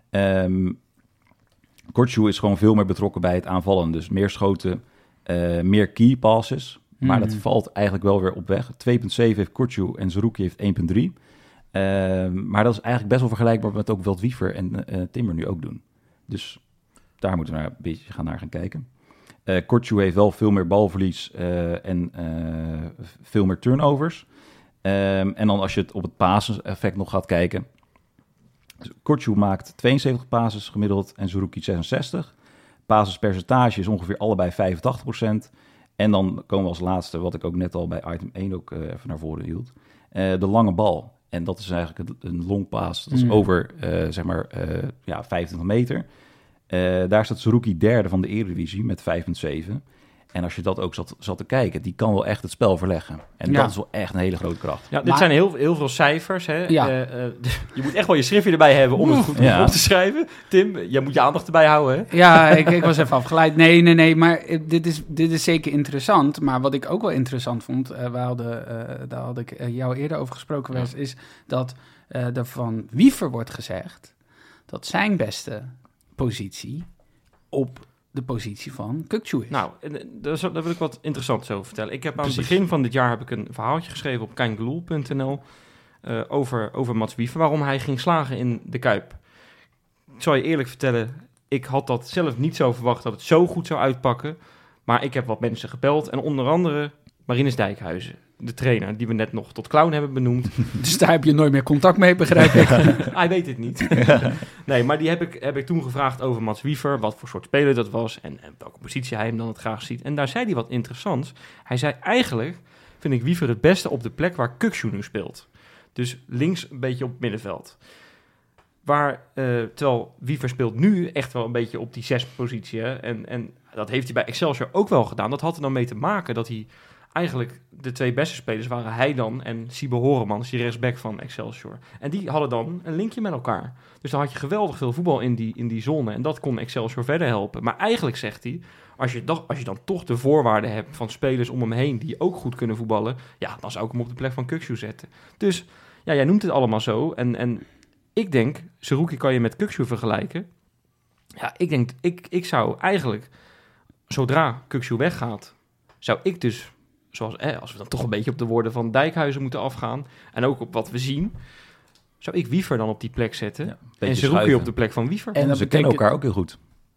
Um, Kortju is gewoon veel meer betrokken bij het aanvallen. Dus meer schoten, uh, meer key passes. Maar mm. dat valt eigenlijk wel weer op weg. twee komma zeven heeft Kortju en Seruki heeft één komma drie. Uh, maar dat is eigenlijk best wel vergelijkbaar met ook Wout Wiever en uh, Timber nu ook doen. Dus daar moeten we naar een beetje gaan naar gaan kijken. Uh, Kortju heeft wel veel meer balverlies uh, en uh, veel meer turnovers. Um, en dan als je het op het passes-effect nog gaat kijken. Kortju maakt tweeënzeventig passes gemiddeld en Seruki zesenzestig. Passespercentage is ongeveer allebei vijfentachtig procent. En dan komen we als laatste, wat ik ook net al bij item één ook uh, even naar voren hield. Uh, de lange bal. En dat is eigenlijk een long pass. Dat is mm. over, uh, zeg maar, uh, ja, vijfentwintig meter. Uh, daar staat Seruki derde van de Eredivisie met vijf komma zeven. En als je dat ook zat, zat te kijken, die kan wel echt het spel verleggen. En ja. dat is wel echt een hele grote kracht. Ja, dit maar, zijn heel, heel veel cijfers. Hè? Ja. Uh, uh, je moet echt wel je schriftje erbij hebben om het goed ja. op te schrijven. Tim, jij moet je aandacht erbij houden. Hè? Ja, ik, ik was even afgeleid. Nee, nee, nee, maar dit is, dit is zeker interessant. Maar wat ik ook wel interessant vond, uh, we hadden, uh, daar had ik uh, jou eerder over gesproken, was, ja. is dat uh, er van Wiever wordt gezegd dat zijn beste positie op de positie van Kukçu is. Nou, daar wil ik wat interessants over vertellen. Ik heb aan Precies. het begin van dit jaar heb ik een verhaaltje geschreven op kijngeloel punt n l uh, over, over Mats Wiever, waarom hij ging slagen in de Kuip. Ik zal je eerlijk vertellen, ik had dat zelf niet zo verwacht dat het zo goed zou uitpakken, maar ik heb wat mensen gebeld en onder andere Marinus Dijkhuizen, de trainer die we net nog tot clown hebben benoemd. Dus daar heb je nooit meer contact mee, begrijp ik. Hij weet het niet. Nee, maar die heb ik, heb ik toen gevraagd over Mats Wiever, wat voor soort speler dat was en, en welke positie hij hem dan het graag ziet. En daar zei hij wat interessants. Hij zei eigenlijk, vind ik Wiever het beste op de plek waar Kökçü nu speelt. Dus links een beetje op het middenveld. Waar, uh, terwijl Wiever speelt nu echt wel een beetje op die zespositie. Hè? En, en dat heeft hij bij Excelsior ook wel gedaan. Dat had er dan mee te maken dat hij eigenlijk de twee beste spelers waren hij dan en Siebe Horemans, die rechtsback van Excelsior. En die hadden dan een linkje met elkaar. Dus dan had je geweldig veel voetbal in die, in die zone. En dat kon Excelsior verder helpen. Maar eigenlijk zegt hij, als je, dat, als je dan toch de voorwaarden hebt van spelers om hem heen die ook goed kunnen voetballen, ja, dan zou ik hem op de plek van Kökçü zetten. Dus ja, jij noemt het allemaal zo. En, en ik denk, Zerouki kan je met Kökçü vergelijken. Ja, ik denk, ik, ik zou eigenlijk, zodra Kökçü weggaat, zou ik dus, zoals eh, als we dan toch een beetje op de woorden van Dijkhuizen moeten afgaan, en ook op wat we zien, zou ik Wiever dan op die plek zetten. Ja, en Zerouki op de plek van Wiever. En, en ze kennen elkaar ook heel goed.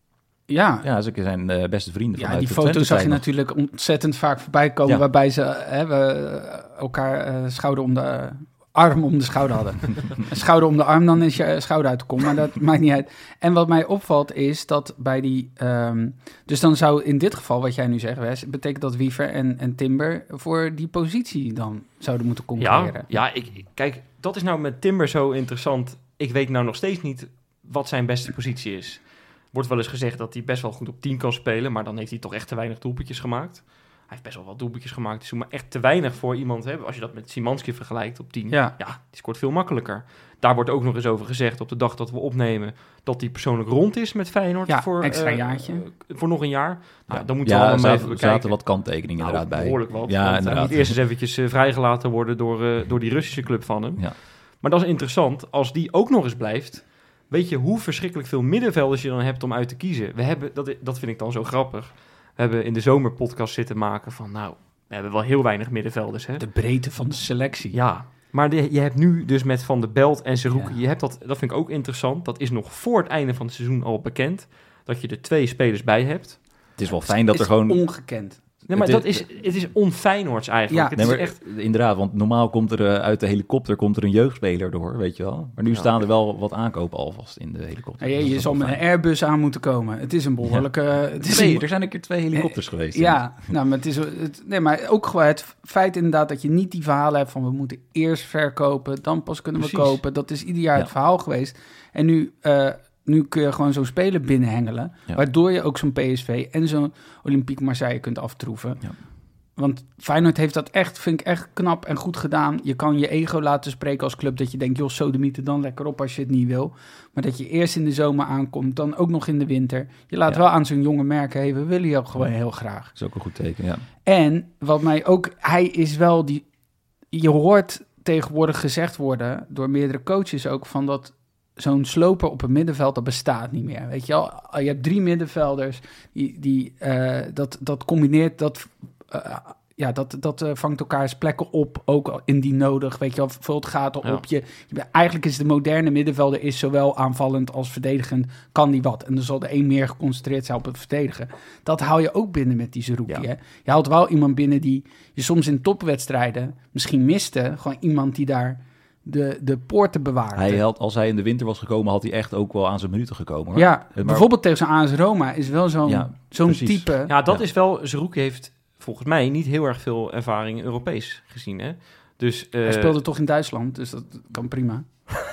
Ja. Ja, ze zijn uh, beste vrienden. Ja, die foto's zag je nog natuurlijk ontzettend vaak voorbij komen, ja. waarbij ze hè, we, elkaar uh, schouder om de arm om de schouder hadden. Een schouder om de arm, dan is je schouder uit de kom, maar dat maakt niet uit. En wat mij opvalt is dat bij die... Um, dus dan zou in dit geval, wat jij nu zegt, Wes, betekent dat Wiever en, en Timber voor die positie dan zouden moeten concurreren. Ja, ja ik, kijk, dat is nou met Timber zo interessant. Ik weet nou nog steeds niet wat zijn beste positie is. Wordt wel eens gezegd dat hij best wel goed op tien kan spelen, maar dan heeft hij toch echt te weinig doelpuntjes gemaakt. Hij heeft best wel wat doelpuntjes gemaakt, dus maar echt te weinig voor iemand. Hè? Als je dat met Szymanski vergelijkt op tien, ja. ja, die scoort veel makkelijker. Daar wordt ook nog eens over gezegd op de dag dat we opnemen, dat hij persoonlijk rond is met Feyenoord. Ja, voor extra uh, jaartje. Uh, voor nog een jaar. Nou, ja. Dan moeten ja, we allemaal zaten, even bekijken. Er zaten wat kanttekeningen nou, inderdaad bij. Behoorlijk wat. Ja, want hij moet eerst eens eventjes uh, vrijgelaten worden door, uh, door die Russische club van hem. Ja. Maar dat is interessant. Als die ook nog eens blijft, weet je hoe verschrikkelijk veel middenvelders je dan hebt om uit te kiezen. We hebben, dat, dat vind ik dan zo grappig. We hebben in de zomer podcast zitten maken van, nou, we hebben wel heel weinig middenvelders. Hè? De breedte van de selectie. Ja, maar de, je hebt nu dus met Van der Belt en Zerouki, ja. je hebt dat, dat vind ik ook interessant. Dat is nog voor het einde van het seizoen al bekend, dat je er twee spelers bij hebt. Het is wel fijn dat is er gewoon... ongekend. Nee, maar het dat is, het is on-Feyenoords eigenlijk. Ja, het nee, is echt... Inderdaad, want normaal komt er uh, uit de helikopter komt er een jeugdspeler door, weet je wel. Maar nu ja. staan er wel wat aankopen alvast in de helikopter. Ja, je je zal met een Airbus aan moeten komen. Het is een behoorlijke... Ja. Het is twee, een... Er zijn een keer twee helikopters geweest. Ja, nou, maar het is... Het, nee, maar ook gewoon het feit inderdaad dat je niet die verhalen hebt van we moeten eerst verkopen, dan pas kunnen Precies. we kopen. Dat is ieder jaar ja. het verhaal geweest. En nu... Uh, Nu kun je gewoon zo'n speler binnenhengelen, ja. waardoor je ook zo'n P S V en zo'n Olympique Marseille kunt aftroeven. Ja. Want Feyenoord heeft dat echt, vind ik echt knap en goed gedaan. Je kan je ego laten spreken als club, dat je denkt, joh, sodemiet er dan lekker op als je het niet wil. Maar dat je eerst in de zomer aankomt, dan ook nog in de winter. Je laat ja. wel aan zo'n jongen merken, hey, we willen je ook gewoon heel graag. Dat is ook een goed teken, ja. En wat mij ook, hij is wel die, je hoort tegenwoordig gezegd worden, door meerdere coaches ook, van dat zo'n sloper op het middenveld, dat bestaat niet meer. Weet je wel, je hebt drie middenvelders, die, die, uh, dat, dat combineert, dat, uh, ja, dat, dat uh, vangt elkaars plekken op, ook indien nodig. Weet je wel, vult gaten ja. op. Je, je, eigenlijk is de moderne middenvelder is zowel aanvallend als verdedigend, kan die wat. En dan zal de een meer geconcentreerd zijn op het verdedigen. Dat haal je ook binnen met die Zerouki. Ja. Hè? Je haalt wel iemand binnen die je soms in topwedstrijden misschien miste. Gewoon iemand die daar de, de poorten bewaart. Hij had, als hij in de winter was gekomen, had hij echt ook wel aan zijn minuten gekomen. Hoor. Ja, maar bijvoorbeeld tegen A S Roma is wel zo'n, ja, zo'n type. Ja, dat ja. is wel... Zerouki heeft volgens mij niet heel erg veel ervaring Europees gezien, hè? Dus, uh, hij speelde toch in Duitsland, dus dat kan prima.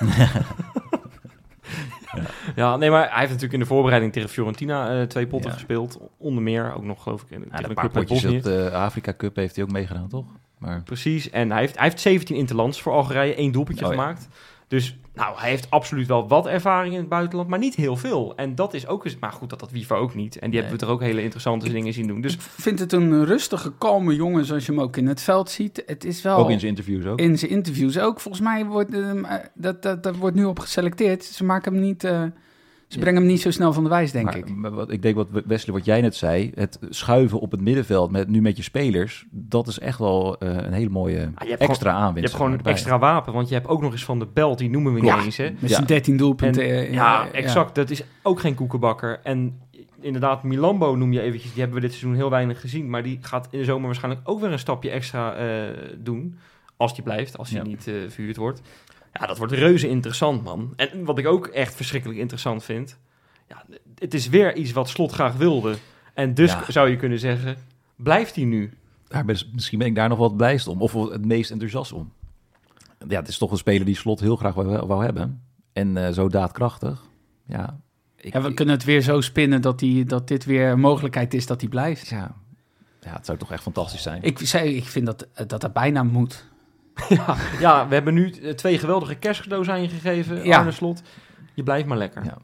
ja. ja, nee, maar hij heeft natuurlijk in de voorbereiding tegen Fiorentina uh, twee potten ja. gespeeld. Onder meer, ook nog geloof ik in ja, tegen een paar potjes op de Afrika Cup heeft hij ook meegedaan, toch? Maar... Precies, en hij heeft, hij heeft zeventien interlands voor Algerije, één doelpuntje oh, gemaakt. Ja. Dus nou, hij heeft absoluut wel wat ervaring in het buitenland, maar niet heel veel. En dat is ook eens... Maar goed, dat had Wiever ook niet. En die nee. hebben we er ook hele interessante ik, dingen zien doen. Dus ik vind het een rustige, kalme jongen, zoals je hem ook in het veld ziet. Het is wel... Ook in zijn interviews ook. In zijn interviews ook. Volgens mij wordt uh, dat, dat, dat wordt nu op geselecteerd. Ze maken hem niet... Uh, Ze ja. brengen hem niet zo snel van de wijs, denk maar, ik. Maar wat, ik denk, wat Wesley, wat jij net zei, het schuiven op het middenveld, met, nu met je spelers, dat is echt wel uh, een hele mooie ah, extra aanwinst. Je hebt gewoon een extra wapen, want je hebt ook nog eens Van de Belt, die noemen we niet ja, eens. Hè? Met zijn dertien doelpunten. En, ja, ja, exact. Ja. Dat is ook geen koekenbakker. En inderdaad, Milambo noem je eventjes. Die hebben we dit seizoen heel weinig gezien. Maar die gaat in de zomer waarschijnlijk ook weer een stapje extra uh, doen. Als die blijft, als die ja. niet uh, verhuurd wordt. Ja, dat wordt reuze interessant, man. En wat ik ook echt verschrikkelijk interessant vind... Ja, het is weer iets wat Slot graag wilde. En dus ja. zou je kunnen zeggen, blijft hij nu? Ja, misschien ben ik daar nog wat blijst om. Of het meest enthousiast om. Ja, het is toch een speler die Slot heel graag wou, wou hebben. En uh, zo daadkrachtig. Ja, ik, ja, we kunnen het weer zo spinnen dat, die, dat dit weer een mogelijkheid is dat hij blijft. Ja. ja, het zou toch echt fantastisch zijn. Ik, zei, ik vind dat dat, dat bijna moet. ja, ja, we hebben nu twee geweldige kerstcadeaus aan je gegeven, ja. Arne Slot. Je blijft maar lekker. Ja.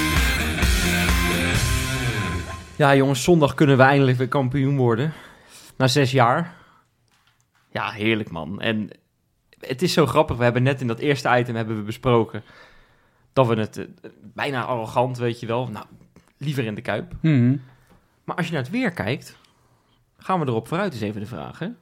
Ja, jongens, zondag kunnen we eindelijk weer kampioen worden. Na zes jaar. Ja, heerlijk, man. En het is zo grappig. We hebben net in dat eerste item hebben we besproken... dat we het uh, bijna arrogant, weet je wel... Nou, liever in de Kuip. Mm-hmm. Maar als je naar het weer kijkt... gaan we erop vooruit, is even de vraag, hè?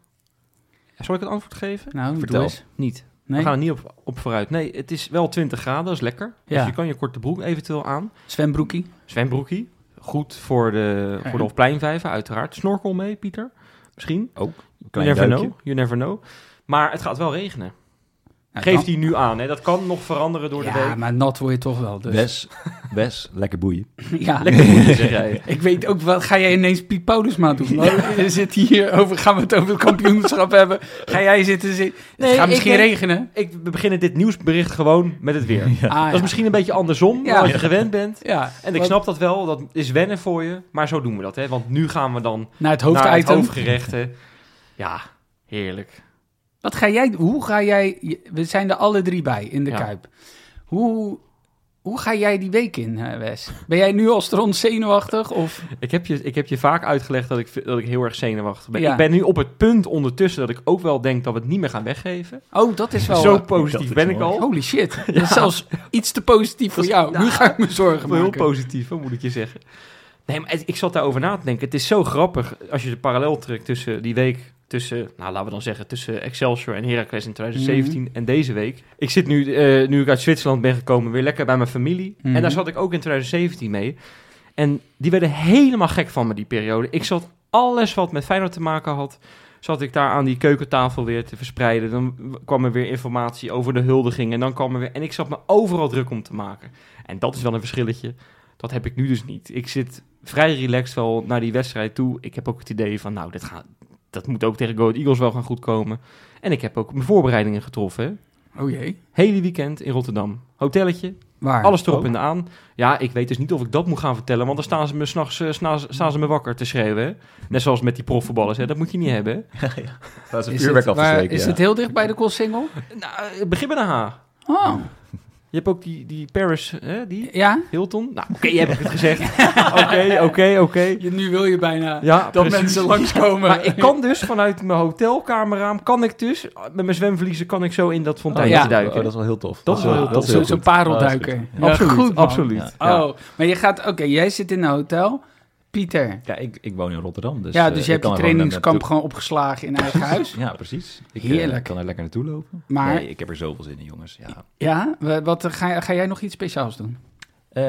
Zal ik het antwoord geven? Nou, vertel. Niet. Nee? We gaan er niet op, op vooruit. Nee, het is wel twintig graden, dat is lekker. Ja. Dus je kan je korte broek eventueel aan. Zwembroekie. Zwembroekie. Goed voor de, ja, voor de Hofpleinvijver, uiteraard. Snorkel mee, Pieter? Misschien. Ook. You never know. You never know. Maar het gaat wel regenen. Ja, geeft hij nu aan, hè? Dat kan nog veranderen door ja, de week. Ja, maar nat word je toch wel. Dus. Wes, Wes, lekker boeien. Ja, lekker boeien, zeg jij. Ik weet ook wel, ga jij ineens Piet Paulusma doen? Ja. Je zit hier over, gaan we het over het kampioenschap hebben? Ga jij zitten zitten? Nee, het gaat misschien ik, regenen. Ik, we beginnen dit nieuwsbericht gewoon met het weer. Ja. Ah, dat is ja. misschien een beetje andersom, ja. dan wat je gewend bent. Ja. En ik snap dat wel, dat is wennen voor je. Maar zo doen we dat, hè? Want nu gaan we dan naar het hoofditem. Naar het hoofdgerechten. Ja, heerlijk. Wat ga jij, hoe ga jij, we zijn er alle drie bij in de ja. Kuip. Hoe, hoe ga jij die week in, Wes? Ben jij nu al stront zenuwachtig? Of? Ik, heb je, ik heb je vaak uitgelegd dat ik, dat ik heel erg zenuwachtig ben. Ja. Ik ben nu op het punt ondertussen dat ik ook wel denk dat we het niet meer gaan weggeven. Oh, dat is wel... Zo positief ben ik al. Holy shit, ja. Dat is zelfs iets te positief voor jou. Nou, nu ga ik me zorgen maken. Heel positief, moet ik je zeggen. Nee, maar ik zat daarover na te denken. Het is zo grappig als je de parallel trekt tussen die week... tussen, nou laten we dan zeggen, tussen Excelsior en Heracles in twintig zeventien mm-hmm. en deze week. Ik zit nu, uh, nu ik uit Zwitserland ben gekomen, weer lekker bij mijn familie. Mm-hmm. En daar zat ik ook in twintig zeventien mee. En die werden helemaal gek van me die periode. Ik zat alles wat met Feyenoord te maken had, zat ik daar aan die keukentafel weer te verspreiden. Dan kwam er weer informatie over de huldiging en dan kwam er weer... En ik zat me overal druk om te maken. En dat is wel een verschilletje. Dat heb ik nu dus niet. Ik zit vrij relaxed wel naar die wedstrijd toe. Ik heb ook het idee van, nou, dit gaat... Dat moet ook tegen Go Ahead Eagles wel gaan goedkomen. En ik heb ook mijn voorbereidingen getroffen. Hè? Oh jee. Hele weekend in Rotterdam. Hotelletje. Waar? Alles erop oh. en aan. Ja, ik weet dus niet of ik dat moet gaan vertellen. Want dan staan ze me s'nachts uh, staan ze me wakker te schreeuwen. Hè? Net zoals met die profvoetballers. Hè? Dat moet je niet hebben. Hè? Ja, ja. Dat is een vuurwerk afgesteken. Is ja. het heel dicht bij de Koolsingel? Nou, begin met een H. Oh. Je hebt ook die, die Paris, hè, die? Ja? Hilton. Nou, oké, okay, je hebt het gezegd. Oké, oké, oké. Nu wil je bijna ja, dat precies. mensen langskomen. Maar ik kan dus vanuit mijn hotelkamerraam, kan ik dus, met mijn zwemvliezen, kan ik zo in dat fonteintje oh, ja. duiken. Oh, dat is wel heel tof. Dat is wel heel tof. Zo'n zo parelduiker. Ja, absoluut, goed, absoluut. Ja. Ja. Oh, maar je gaat, oké, okay, jij zit in een hotel. Pieter. Ja, ik, ik woon in Rotterdam. Dus, ja, dus je uh, hebt je trainingskamp gewoon opgeslagen in eigen huis. Ja, precies. Ik Heerlijk. Uh, kan er lekker naartoe lopen. Maar, nee, ik heb er zoveel zin in, jongens. Ja, ja wat, ga, ga jij nog iets speciaals doen? Uh,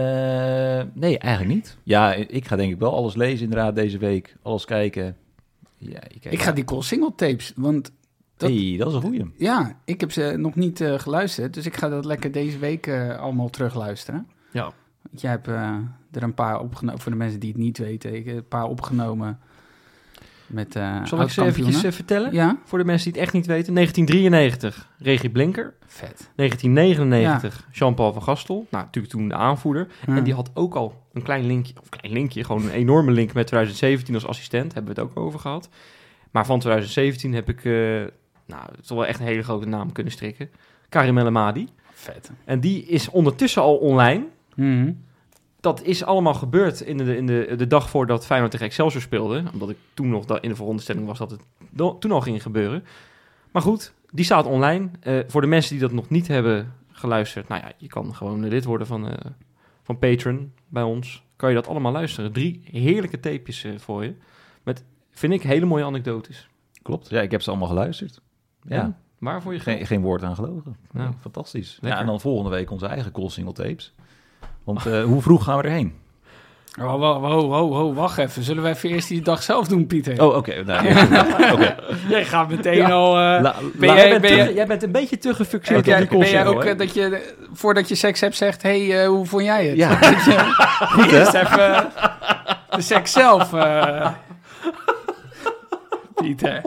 nee, eigenlijk niet. Ja, ik ga denk ik wel alles lezen inderdaad deze week. Alles kijken. Ja, ik, ik ga die Cool Single tapes, want... Dat, hey, dat is een goeie. Ja, ik heb ze nog niet uh, geluisterd, dus ik ga dat lekker deze week uh, allemaal terugluisteren. Ja. Jij hebt uh, er een paar opgenomen, voor de mensen die het niet weten, ik heb een paar opgenomen met uh, Zal ik ze eventjes uh, vertellen? Ja. Voor de mensen die het echt niet weten. negentien drieënnegentig, Regie Blinker. Vet. negentien negenennegentig, ja. Jean-Paul van Gastel. Nou, natuurlijk toen de aanvoerder. Ja. En die had ook al een klein linkje, of klein linkje, gewoon een enorme link met twintig zeventien als assistent. Hebben we het ook over gehad. Maar van twintig zeventien heb ik, uh, nou, het is wel echt een hele grote naam kunnen strikken. Karim El Amadi. Vet. En die is ondertussen al online. Mm-hmm. Dat is allemaal gebeurd in de, in de, de dag voordat Feyenoord tegen Excelsior speelde. Omdat ik toen nog in de veronderstelling was dat het do, toen al ging gebeuren. Maar goed, die staat online. Uh, voor de mensen die dat nog niet hebben geluisterd. Nou ja, je kan gewoon lid worden van, uh, van Patreon bij ons. Kan je dat allemaal luisteren. Drie heerlijke tapejes uh, voor je. Met, vind ik, hele mooie anekdotes. Klopt, ja, ik heb ze allemaal geluisterd. Ja. ja. Waarvoor je geen, geen woord aan gelogen. Ja. Ja, fantastisch. Ja, en dan volgende week onze eigen Cool Single tapes. Want uh, hoe vroeg gaan we erheen? Oh, wow, wow, wow, wow, wacht even. Zullen we even eerst die dag zelf doen, Pieter? Oh, oké. Okay. Nou, ja. okay. Jij gaat meteen ja. al... Uh, La, ben la, jij, jij, bent ben te, jij, jij bent een beetje te gefixeerd jij, op die Ben jij console, ook hè? uh, dat je, voordat je seks hebt, zegt... Hé, hey, uh, hoe vond jij het? Ja. Dat je Goed, eerst even de seks zelf... Uh, Pieter.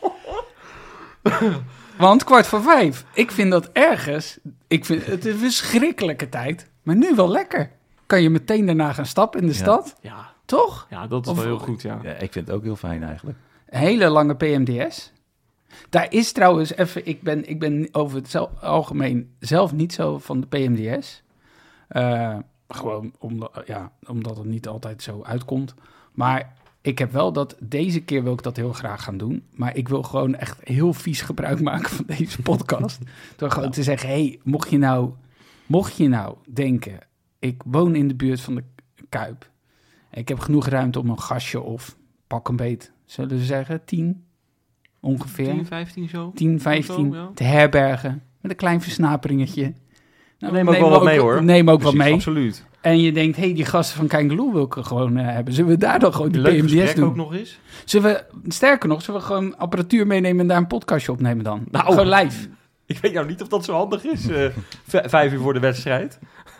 Want kwart voor vijf. Ik vind dat ergens... Ik vind het een verschrikkelijke tijd. Maar nu wel lekker. Kan je meteen daarna gaan stappen in de ja. stad? Ja. Toch? Ja, dat is Of, wel heel goed, ja. ja. Ik vind het ook heel fijn eigenlijk. Een hele lange P M D S. Daar is trouwens even... Ik ben, ik ben over het zelf, algemeen zelf niet zo van de P M D S. Uh, gewoon omdat, ja, omdat het niet altijd zo uitkomt. Maar ik heb wel dat... Deze keer wil ik dat heel graag gaan doen. Maar ik wil gewoon echt heel vies gebruik maken van deze podcast. Door gewoon te zeggen... Hey, mocht je nou... Mocht je nou denken... Ik woon in de buurt van de Kuip. Ik heb genoeg ruimte om een gastje of pak een beet, zullen we zeggen, tien ongeveer. tien, vijftien zo? tien, vijftien zo, ja. te herbergen. Met een klein versnaperingetje. Nou, neem ook wel wat mee, hoor. Neem ook Precies, wat mee. Absoluut. En je denkt, hé, hey, die gasten van Kangaloo wil ik gewoon uh, hebben. Zullen we daar dan gewoon die Leuk P M D S gesprek doen? ook nog eens. Zullen we, sterker nog, zullen we gewoon apparatuur meenemen en daar een podcastje opnemen dan? Nou, gewoon live. Ik weet nou niet of dat zo handig is, uh, v- vijf uur voor de wedstrijd.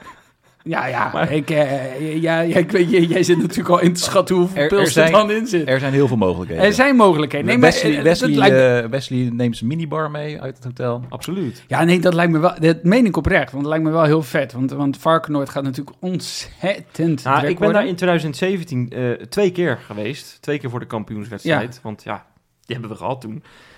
Ja, ja, Maar, ik, uh, ja, ja, ik weet, jij, jij zit natuurlijk al in te schatten hoeveel er, pils er, zijn, er dan in zit. Er zijn heel veel mogelijkheden. Er zijn mogelijkheden. Nee, Wesley, maar, Wesley, dat lijkt... uh, Wesley neemt zijn minibar mee uit het hotel. Absoluut. Ja, nee, dat lijkt me wel... Dat meen ik oprecht, want dat lijkt me wel heel vet. Want, want Varkenoord gaat natuurlijk ontzettend Nou, druk ik ben worden. daar in twintig zeventien uh, twee keer geweest. Twee keer voor de kampioenswedstrijd. Ja. Want ja, die hebben we gehad toen.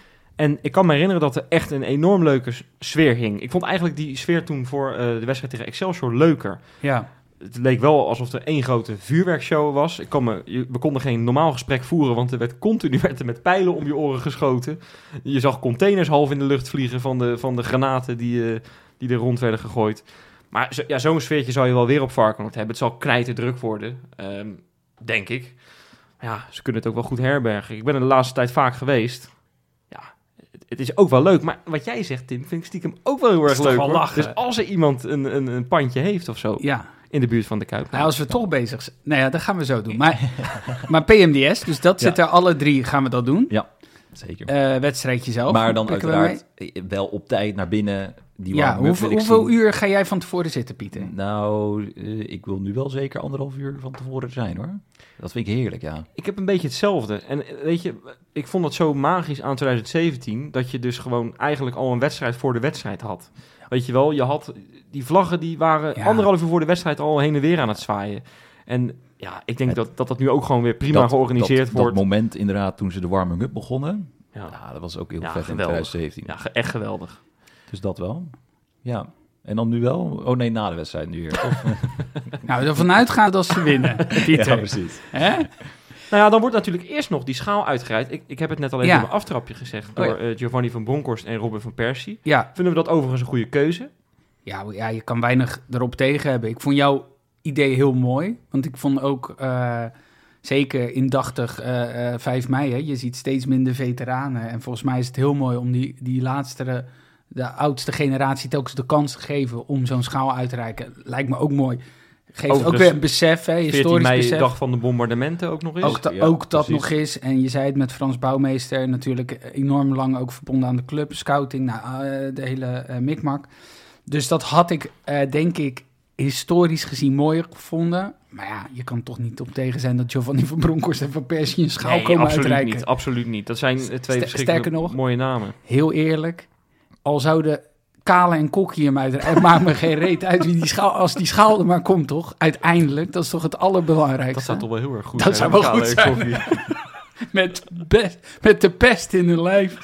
En ik kan me herinneren dat er echt een enorm leuke sfeer hing. Ik vond eigenlijk die sfeer toen voor uh, de wedstrijd tegen Excelsior leuker. Ja. Het leek wel alsof er één grote vuurwerkshow was. Ik kon me, we konden geen normaal gesprek voeren, want er werd continu werd er met pijlen om je oren geschoten. Je zag containers half in de lucht vliegen van de, van de granaten die, uh, die er rond werden gegooid. Maar zo, ja, zo'n sfeertje zou je wel weer op Varkenoord hebben. Het zal knijterdruk worden, um, denk ik. Ja, ze kunnen het ook wel goed herbergen. Ik ben er de laatste tijd vaak geweest. Ja, het, het is ook wel leuk. Maar wat jij zegt, Tim, vind ik stiekem ook wel heel erg leuk. Wel lachen. Dus als er iemand een, een, een pandje heeft of zo... Ja. In de buurt van de Kuip. Nou, als we toch bezig zijn... Nou ja, dat gaan we zo doen. Maar, maar P M D S, dus dat Ja. zit er alle drie, gaan we dat doen. Ja, zeker. Uh, wedstrijdje zelf. Maar dan pikken we uiteraard wel op tijd naar binnen. Die Ja, warme hoeveel, wil ik hoeveel zien. uur ga jij van tevoren zitten, Pieter? Nou, uh, ik wil nu wel zeker anderhalf uur van tevoren zijn, hoor. Dat vind ik heerlijk, ja. Ik heb een beetje hetzelfde. En weet je, ik vond het zo magisch aan twintig zeventien... dat je dus gewoon eigenlijk al een wedstrijd voor de wedstrijd had. Weet je wel, je had die vlaggen die waren Ja. anderhalf uur voor de wedstrijd al heen en weer aan het zwaaien. En ja, ik denk Het- dat, dat dat nu ook gewoon weer prima dat, georganiseerd dat, wordt. Dat moment inderdaad toen ze de warming-up begonnen. ja. Ja, dat was ook heel Ja, vet geweldig. in twintig zeventien. ja, ge- echt geweldig. Dus dat wel. Ja. En dan nu wel? Oh nee, na de wedstrijd nu weer. Of- Nou, ervan uitgaan dat ze winnen, Pieter. ja, precies. Hè? Nou ja, dan wordt natuurlijk eerst nog die schaal uitgereikt. Ik, ik heb het net al even Ja. in mijn aftrapje gezegd... Oh ja. door uh, Giovanni van Bronckhorst en Robin van Persie. Ja. Vinden we dat overigens een goede keuze? Ja, ja, je kan weinig erop tegen hebben. Ik vond jouw idee heel mooi. Want ik vond ook, uh, zeker indachtig uh, uh, vijf mei... Hè, je ziet steeds minder veteranen. En volgens mij is het heel mooi om die, die laatste... de oudste generatie telkens de kans te geven... om zo'n schaal uit te reiken. Lijkt me ook mooi. Geeft ook Overigens, weer een besef, hè, veertien historisch mei, besef. dag van de bombardementen ook nog eens. Ook, da- Ja, ook dat precies. nog eens. En je zei het met Frans Bouwmeester, natuurlijk enorm lang ook verbonden aan de club, scouting, nou, uh, de hele uh, mikmak. Dus dat had ik, uh, denk ik, historisch gezien mooier gevonden. Maar ja, je kan toch niet op tegen zijn dat Giovanni van Bronckhorst en Van Persie een schaal Nee, komen absoluut uitreiken. niet, absoluut niet. Dat zijn uh, twee Ster- verschrikkelijk sterker nog- mooie namen. Heel eerlijk, al zouden Kale en Kokkie hem uitreiken, het maakt me geen reet uit wie die schaal, als die schaal er maar komt, toch? Uiteindelijk, dat is toch het allerbelangrijkste. Dat zou toch wel heel erg goed Dat zijn. zou wel hè, goed Kale en zijn. Koffie. Met, best, met de pest in hun lijf.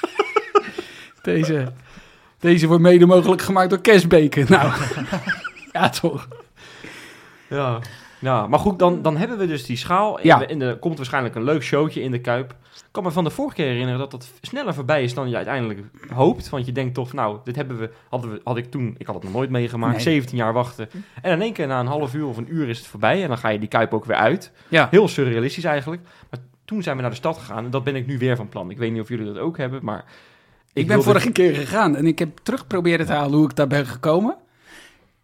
Deze, deze wordt mede mogelijk gemaakt door Kesbeken. Nou, ja toch. Ja. Ja, maar goed, dan, dan hebben we dus die schaal. Ja. En er komt waarschijnlijk een leuk showtje in de Kuip. Ik kan me van de vorige keer herinneren dat dat sneller voorbij is dan je uiteindelijk hoopt. Want je denkt toch, nou, dit hebben we, hadden we, had ik toen, ik had het nog nooit meegemaakt, Nee. zeventien jaar wachten. En in één keer na een half uur of een uur is het voorbij en dan ga je die Kuip ook weer uit. Ja. Heel surrealistisch eigenlijk. Maar toen zijn we naar de stad gegaan en dat ben ik nu weer van plan. Ik weet niet of jullie dat ook hebben, maar... Ik ben wilde- vorige keer gegaan en ik heb terug proberen te halen hoe ik daar ben gekomen.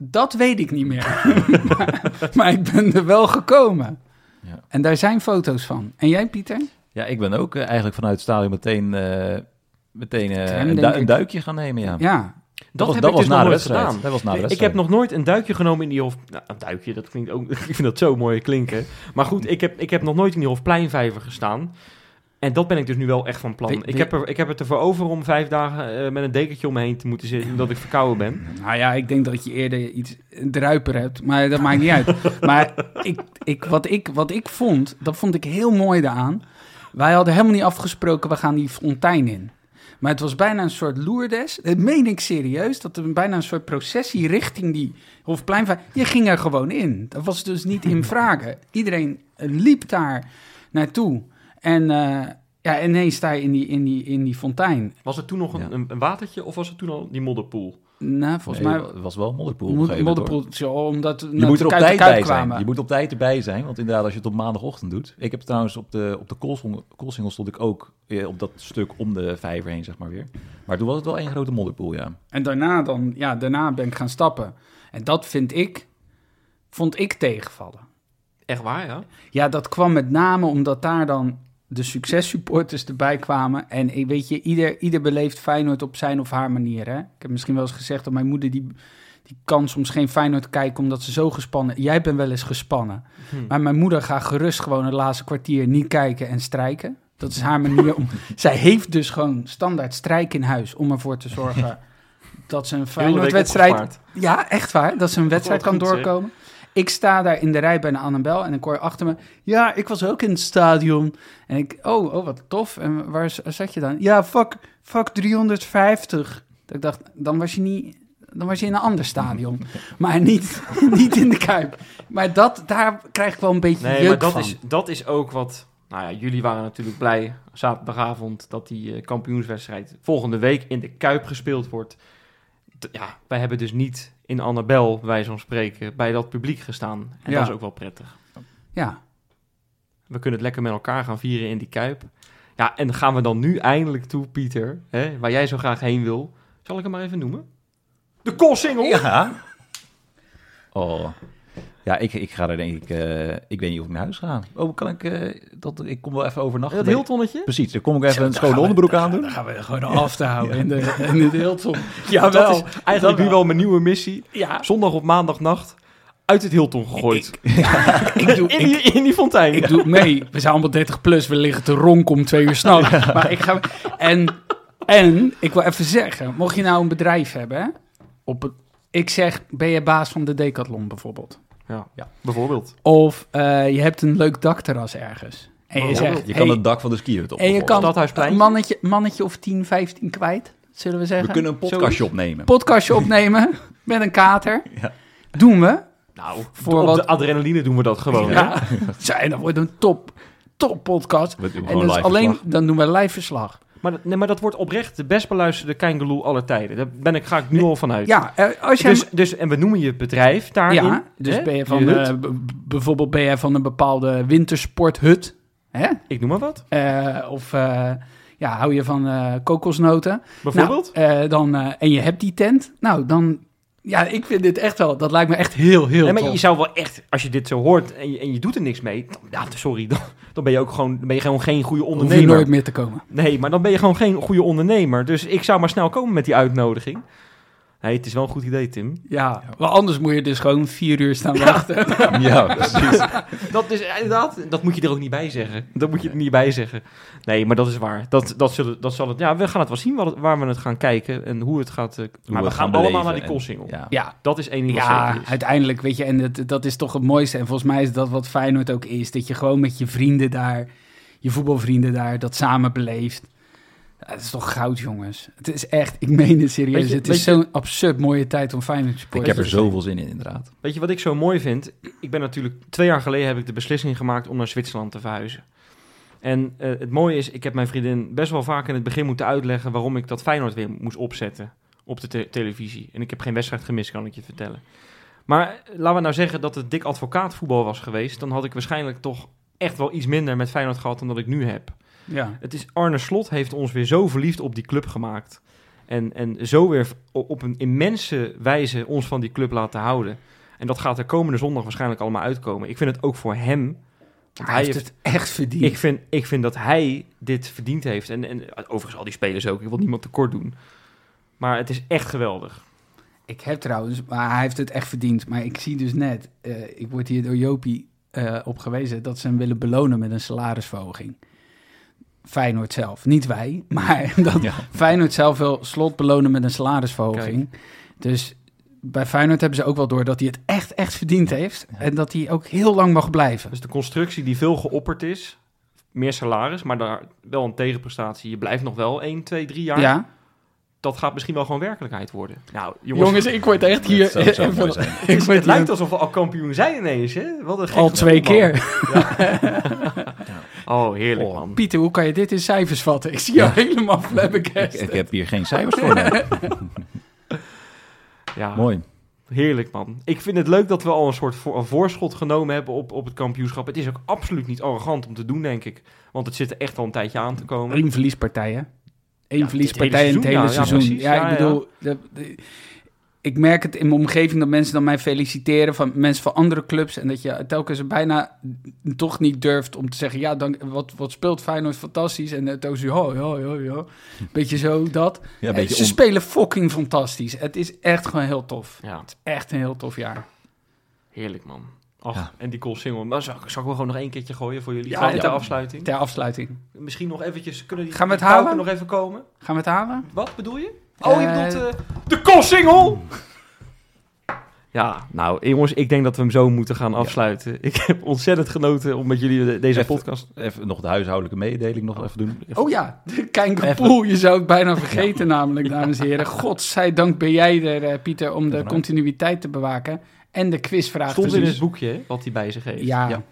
Dat weet ik niet meer. maar, maar ik ben er wel gekomen. Ja. En daar zijn foto's van. En jij, Pieter? Ja, ik ben ook uh, eigenlijk vanuit het stadion meteen, uh, meteen uh, Tram, een, denk du- een ik. duikje gaan nemen, ja. Ja. Dat, was, heb dat ik was dus na nog de nooit wedstrijd. gedaan. Dat was na de Ik wedstrijd. heb nog nooit een duikje genomen in die Hof... Nou, een duikje, dat klinkt ook... Ik vind dat zo mooi klinken. Maar goed, ik heb, ik heb nog nooit in die Hofpleinvijver gestaan. En dat ben ik dus nu wel echt van plan. We- ik, we- heb er, ik heb het ervoor over om vijf dagen uh, met een dekentje om me heen te moeten zitten... omdat ik verkouden ben. Nou ja, ik denk dat je eerder iets een druiper hebt, maar dat maakt niet uit. Maar ik, ik, wat, ik, wat ik vond, dat vond ik heel mooi daaraan. Wij hadden helemaal niet afgesproken, we gaan die fontein in. Maar het was bijna een soort Lourdes. Dat meen ik serieus, dat er bijna een soort processie richting die Hofpleinvijver... Je ging er gewoon in. Dat was dus niet in vragen. Iedereen liep daar naartoe. En uh, ja, ineens sta je in die, in die, in die fontein. Was het toen nog een, Ja. een, een watertje of was het toen al die modderpoel? Nou, volgens Nee, mij... het was wel een modderpoel. op een gegeven moment, hoor. Modderpoel, zo, omdat we Je naar moet de er op Kuip- tijd Kuip bij kwamen. zijn. Je moet op tijd erbij zijn, want inderdaad, als je het op maandagochtend doet. Ik heb trouwens op de, op de Koolsingel, Koolsingel stond ik ook eh, op dat stuk om de vijver heen, zeg maar weer. Maar toen was het wel één grote modderpoel, ja. En daarna dan, ja, daarna ben ik gaan stappen. En dat vind ik, vond ik tegenvallen. Echt waar, ja? Ja, dat kwam met name omdat daar dan de successupporters erbij kwamen. En ik weet je, ieder, ieder beleeft Feyenoord op zijn of haar manier. Hè? Ik heb misschien wel eens gezegd dat mijn moeder die, die kan soms geen Feyenoord kijken omdat ze zo gespannen... Jij bent wel eens gespannen. Hm. Maar mijn moeder gaat gerust gewoon het laatste kwartier niet kijken en strijken. Dat is haar manier om... Zij heeft dus gewoon standaard strijk in huis om ervoor te zorgen dat ze een Feyenoord-wedstrijd... Ja, echt waar. Dat ze een wedstrijd kan goed, zeg. doorkomen. Ik sta daar in de rij bij de Annabel en ik hoor achter me... Ja, ik was ook in het stadion. En ik... Oh, oh wat tof. En waar z- zat je dan? Ja, vak, vak driehonderdvijftig. Dat ik dacht, dan was je niet... Dan was je in een ander stadion. Maar niet, niet in de Kuip. Maar dat, daar krijg ik wel een beetje Nee, jeuk maar dat van. is, dat is ook wat... Nou ja, jullie waren natuurlijk blij zaterdagavond dat die uh, kampioenswedstrijd volgende week in de Kuip gespeeld wordt. D- ja, wij hebben dus niet in Annabel, bij wijze van spreken, bij dat publiek gestaan. En Ja. dat is ook wel prettig. Ja, We kunnen het lekker met elkaar gaan vieren in die Kuip. Ja, en gaan we dan nu eindelijk toe, Pieter, hè, waar jij zo graag heen wil. Zal ik hem maar even noemen? De Koolsingel! Ja. Oh. Ja, ik, ik ga er denk ik... uh, ik weet niet of ik naar huis ga. Oh, kan ik... Uh, dat, ik kom wel even overnachten. Dat Hiltonnetje? Precies, dan kom ik even Zo, een daar schone gaan we- onderbroek aan Dan doen. gaan we gewoon af te houden in, de, in het Hilton. Ja, dat is eigenlijk dat nu wel mijn nieuwe missie. Ja, Zondag op maandagnacht uit het Hilton gegooid. ik doe... in, die, in die fontein. Ik doe mee. We zijn allemaal dertig plus. We liggen te ronken om twee uur s'nachts. Maar ik ga... En, en, ik wil even zeggen... Mocht je nou een bedrijf hebben... Hè, op het, ik zeg, ben je baas van de Decathlon bijvoorbeeld? Ja, ja, bijvoorbeeld. Of uh, je hebt een leuk dakterras ergens. En je Bijvoorbeeld. zegt... Je kan hey, het dak van de skihut op. en je kan Stadhuisplein. een mannetje, mannetje of tien, vijftien kwijt, zullen we zeggen. We kunnen een podcastje opnemen. Podcastje opnemen met een kater. Ja. Doen we. Nou, Voor op wat- de adrenaline doen we dat gewoon. hè? Ja. Zo, en dat wordt een top, top podcast. We doen En gewoon dus live alleen, verslag. dan doen we live verslag. Maar, dat- nee, maar dat wordt oprecht de best beluisterde Keingeloel aller tijden. Daar ben ik, ga ik nu al van uit. Ja, eh, als je... Dus, dus, en we noemen je bedrijf daarin. ja, dus hè? ben je van, Je hut. eh, b- bijvoorbeeld ben je van een bepaalde wintersporthut. Hè? Ik noem maar wat. Eh, of eh, ja, hou je van eh, kokosnoten. Bijvoorbeeld. Nou, eh, dan, eh, en je hebt die tent. Nou, dan... Ja, ik vind dit echt wel... Dat lijkt me echt heel, heel nee, maar tof. je zou wel echt, als je dit zo hoort en je, en je doet er niks mee. Dan, ja, sorry, dan, dan ben je ook gewoon, dan ben je gewoon geen goede Hoef je ondernemer. nooit meer te komen. Nee, maar dan ben je gewoon geen goede ondernemer. Dus ik zou maar snel komen met die uitnodiging. Nee, het is wel een goed idee, Tim. Ja, maar anders moet je dus gewoon vier uur staan wachten. Ja, precies. Dat is inderdaad, dat moet je er ook niet bij zeggen. Dat moet je er niet bij zeggen. Nee, maar dat is waar. Dat, dat, zullen, dat zal het, ja, we gaan het wel zien waar, het- waar we het gaan kijken en hoe het gaat. Uh, maar we het gaan gaan allemaal beleven naar die en- Koolsingel. Ja. Ja, Dat is één ding wat ja, zeker is. uiteindelijk, weet je, en het, dat is toch het mooiste. En volgens mij is dat wat Feyenoord ook is. Dat je gewoon met je vrienden daar, je voetbalvrienden daar, dat samen beleeft. Ja, het is toch goud, jongens. Het is echt, ik meen het serieus. Weet je- het weet is je- zo'n absurd mooie tijd om Feyenoord te Ik supporten. heb er zoveel zin in, inderdaad. Weet je wat ik zo mooi vind? Ik ben natuurlijk, twee jaar geleden heb ik de beslissing gemaakt om naar Zwitserland te verhuizen. En uh, het mooie is, ik heb mijn vriendin best wel vaak in het begin moeten uitleggen waarom ik dat Feyenoord weer moest opzetten op de te- televisie. En ik heb geen wedstrijd gemist, kan ik je vertellen. Maar uh, laten we nou zeggen dat het dik advocaatvoetbal was geweest, dan had ik waarschijnlijk toch echt wel iets minder met Feyenoord gehad dan dat ik nu heb. Ja, Het is, Arne Slot heeft ons weer zo verliefd op die club gemaakt. En, en zo weer op, op een immense wijze ons van die club laten houden. En dat gaat er komende zondag waarschijnlijk allemaal uitkomen. Ik vind het ook voor hem... Want hij, hij heeft het echt verdiend. Ik vind, ik vind dat hij dit verdiend heeft. En, en overigens al die spelers ook. Ik wil niemand tekort doen. Maar het is echt geweldig. Ik heb trouwens... Maar hij heeft het echt verdiend. Maar ik zie dus net... Uh, ik word hier door Jopie uh, op gewezen... dat ze hem willen belonen met een salarisverhoging. Feyenoord zelf. Niet wij. Maar dat ja. Feyenoord zelf wil Slot belonen met een salarisverhoging. Kijk. Dus... Bij Feyenoord hebben ze ook wel door dat hij het echt, echt verdiend heeft. Ja. En dat hij ook heel lang mag blijven. Dus de constructie die veel geopperd is, meer salaris, maar daar wel een tegenprestatie. Je blijft nog wel één, twee, drie jaar. Ja. Dat gaat misschien wel gewoon werkelijkheid worden. Nou, jongens, jongens ik word echt hier... Zou, zou even, zijn. Ik het het lijkt alsof we al kampioen zijn ineens, hè? Wat een al twee keer. Ja. Oh, heerlijk, oh. man. Pieter, hoe kan je dit in cijfers vatten? Ik zie jou ja. helemaal flabbergasted. Ik, ik heb hier geen cijfers voor. Nee. Ja, mooi. Heerlijk, man. Ik vind het leuk dat we al een soort voor, een voorschot genomen hebben op, op het kampioenschap. Het is ook absoluut niet arrogant om te doen, denk ik. Want het zit er echt al een tijdje aan te komen. Eén verliespartij, hè? Eén ja, verliespartij in het hele ja, seizoen. Ja, precies, ja, ja, ik bedoel... Ja. De, de, ik merk het in mijn omgeving dat mensen dan mij feliciteren... van mensen van andere clubs... en dat je telkens bijna toch niet durft om te zeggen... ja, dan, wat, wat speelt Feyenoord fantastisch... en uh, toen zei oh, ja, ja, ja. Beetje zo, dat. Ja, uh, ze on... spelen fucking fantastisch. Het is echt gewoon heel tof. Ja. Het is echt een heel tof jaar. Heerlijk, man. Ach, ja. En die cool single. Maar zal, zal ik wel gewoon nog één keertje gooien voor jullie? Ja, ter ja, afsluiting. Ter afsluiting. Misschien nog eventjes... Kunnen die, Gaan we het die halen? nog even komen? Gaan we het halen? Wat bedoel je? Oh, je bedoelt uh, de cool single? Ja, nou jongens, ik denk dat we hem zo moeten gaan afsluiten. Ja. Ik heb ontzettend genoten om met jullie de, deze even, podcast... Even nog de huishoudelijke mededeling nog even doen. Even. Oh ja, de Kijngerpoel, je zou het bijna vergeten ja. namelijk, dames en heren. Godzijdank ben jij er, uh, Pieter, om de ja, continuïteit te bewaken en de quizvraag Stond te in het boekje, hè, wat hij bij zich heeft. Ja. ja,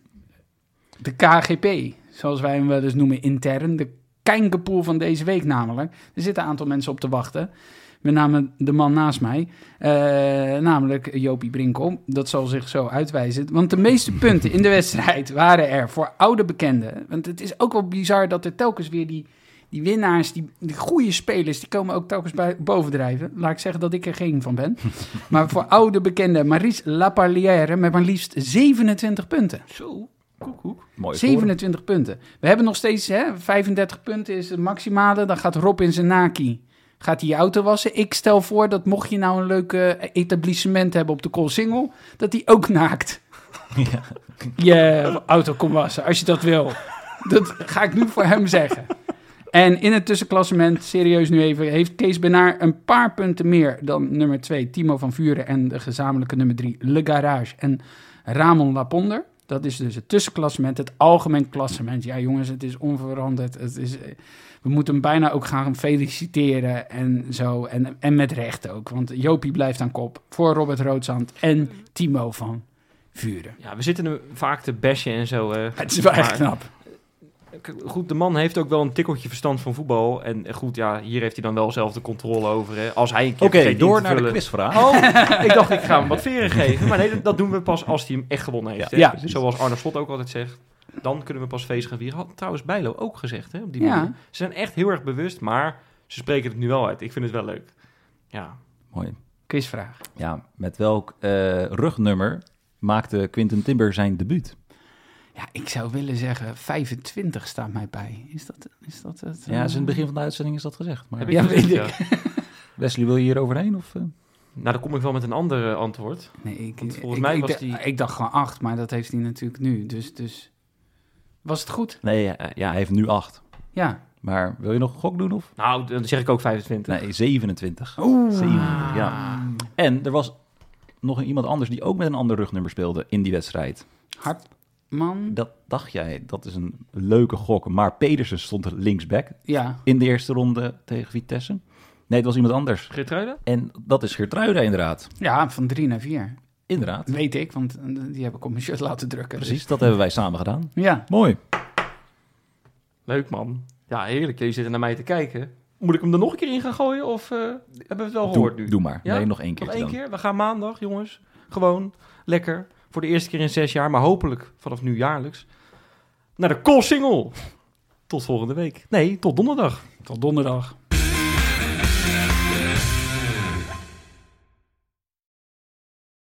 de K G P, zoals wij hem wel eens noemen intern. De Kijngerpoel van deze week namelijk. Er zitten een aantal mensen op te wachten... Met name de man naast mij, uh, namelijk Jopie Brinkel. Dat zal zich zo uitwijzen. Want de meeste punten in de wedstrijd waren er voor oude bekenden. Want het is ook wel bizar dat er telkens weer die, die winnaars, die, die goede spelers, die komen ook telkens bij, bovendrijven. Laat ik zeggen dat ik er geen van ben. Maar voor oude bekenden, Maurice Laparlière met maar liefst zevenentwintig punten. Zo. Koek, koek. Mooi zevenentwintig voor. punten. We hebben nog steeds hè, vijfendertig punten is het maximale. Dan gaat Rob in zijn naki. Gaat hij je auto wassen? Ik stel voor dat mocht je nou een leuk uh, etablissement hebben op de Koolsingel, dat hij ook naakt ja. je auto kon wassen, als je dat wil. Dat ga ik nu voor hem zeggen. En in het tussenklassement, serieus nu even, heeft Kees Benaar een paar punten meer dan nummer twee, Timo van Vuren, en de gezamenlijke nummer drie, Le Garage en Ramon Laponder. Dat is dus het tussenklassement, het algemeen klassement. Ja jongens, het is onveranderd. Het is... We moeten hem bijna ook gaan feliciteren en zo. En, en met recht ook. Want Jopie blijft aan kop voor Robert Roodzand en Timo van Vuren. Ja, we zitten nu vaak te bashen en zo. Uh, het is wel echt knap. Goed, de man heeft ook wel een tikkeltje verstand van voetbal. En goed, ja, hier heeft hij dan wel zelf de controle over. Hè. Als hij een keer Oké, okay, door naar de quizvraag. Oh, ik dacht, ik ga hem wat veren geven. Maar nee, dat doen we pas als hij hem echt gewonnen heeft. Ja, ja. Zoals Arne Slot ook altijd zegt. Dan kunnen we pas feest gaan vieren. Had trouwens Bijlo ook gezegd, hè, op die manier. Ja. Ze zijn echt heel erg bewust, maar ze spreken het nu wel uit. Ik vind het wel leuk. Ja. Mooi. Quizvraag. Ja, met welk uh, rugnummer maakte Quinten Timber zijn debuut? Ja, ik zou willen zeggen vijfentwintig staat mij bij. Is dat, is dat het? Uh... Ja, dus in het begin van de uitzending is dat gezegd. Maar... Heb ik ja, gezegd, weet ik. Ja. Wesley, wil je hier overheen? Of, uh... Nou, dan kom ik wel met een ander uh, antwoord. Nee, ik, Want volgens ik, mij ik, was ik, die... ik dacht gewoon acht, maar dat heeft hij natuurlijk nu. Dus, dus... Was het goed? Nee, ja, ja, hij heeft nu acht. Ja. Maar wil je nog een gok doen? Of? Nou, dan zeg ik ook vijfentwintig. Nee, zevenentwintig. Oeh. zevenentwintig, ja. En er was nog iemand anders die ook met een ander rugnummer speelde in die wedstrijd. Hartman? Dat dacht jij. Dat is een leuke gok. Maar Pedersen stond linksback. Ja. In de eerste ronde tegen Vitesse. Nee, het was iemand anders. Geertruida? En dat is Geertruida inderdaad. Ja, van drie naar vier. Inderdaad. Weet ik, want die heb ik op mijn shirt laten drukken. Precies, dus. dat hebben wij samen gedaan. Ja. Mooi. Leuk, man. Ja, heerlijk. Jullie zitten naar mij te kijken. Moet ik hem er nog een keer in gaan gooien? Of uh, hebben we het wel gehoord doe, nu? Doe maar. Ja? Nee, nog één keer. Nog één keer? We gaan maandag, jongens. Gewoon lekker. Voor de eerste keer in zes jaar. Maar hopelijk vanaf nu jaarlijks. Naar de Koolsingel. Tot volgende week. Nee, tot donderdag. Tot donderdag.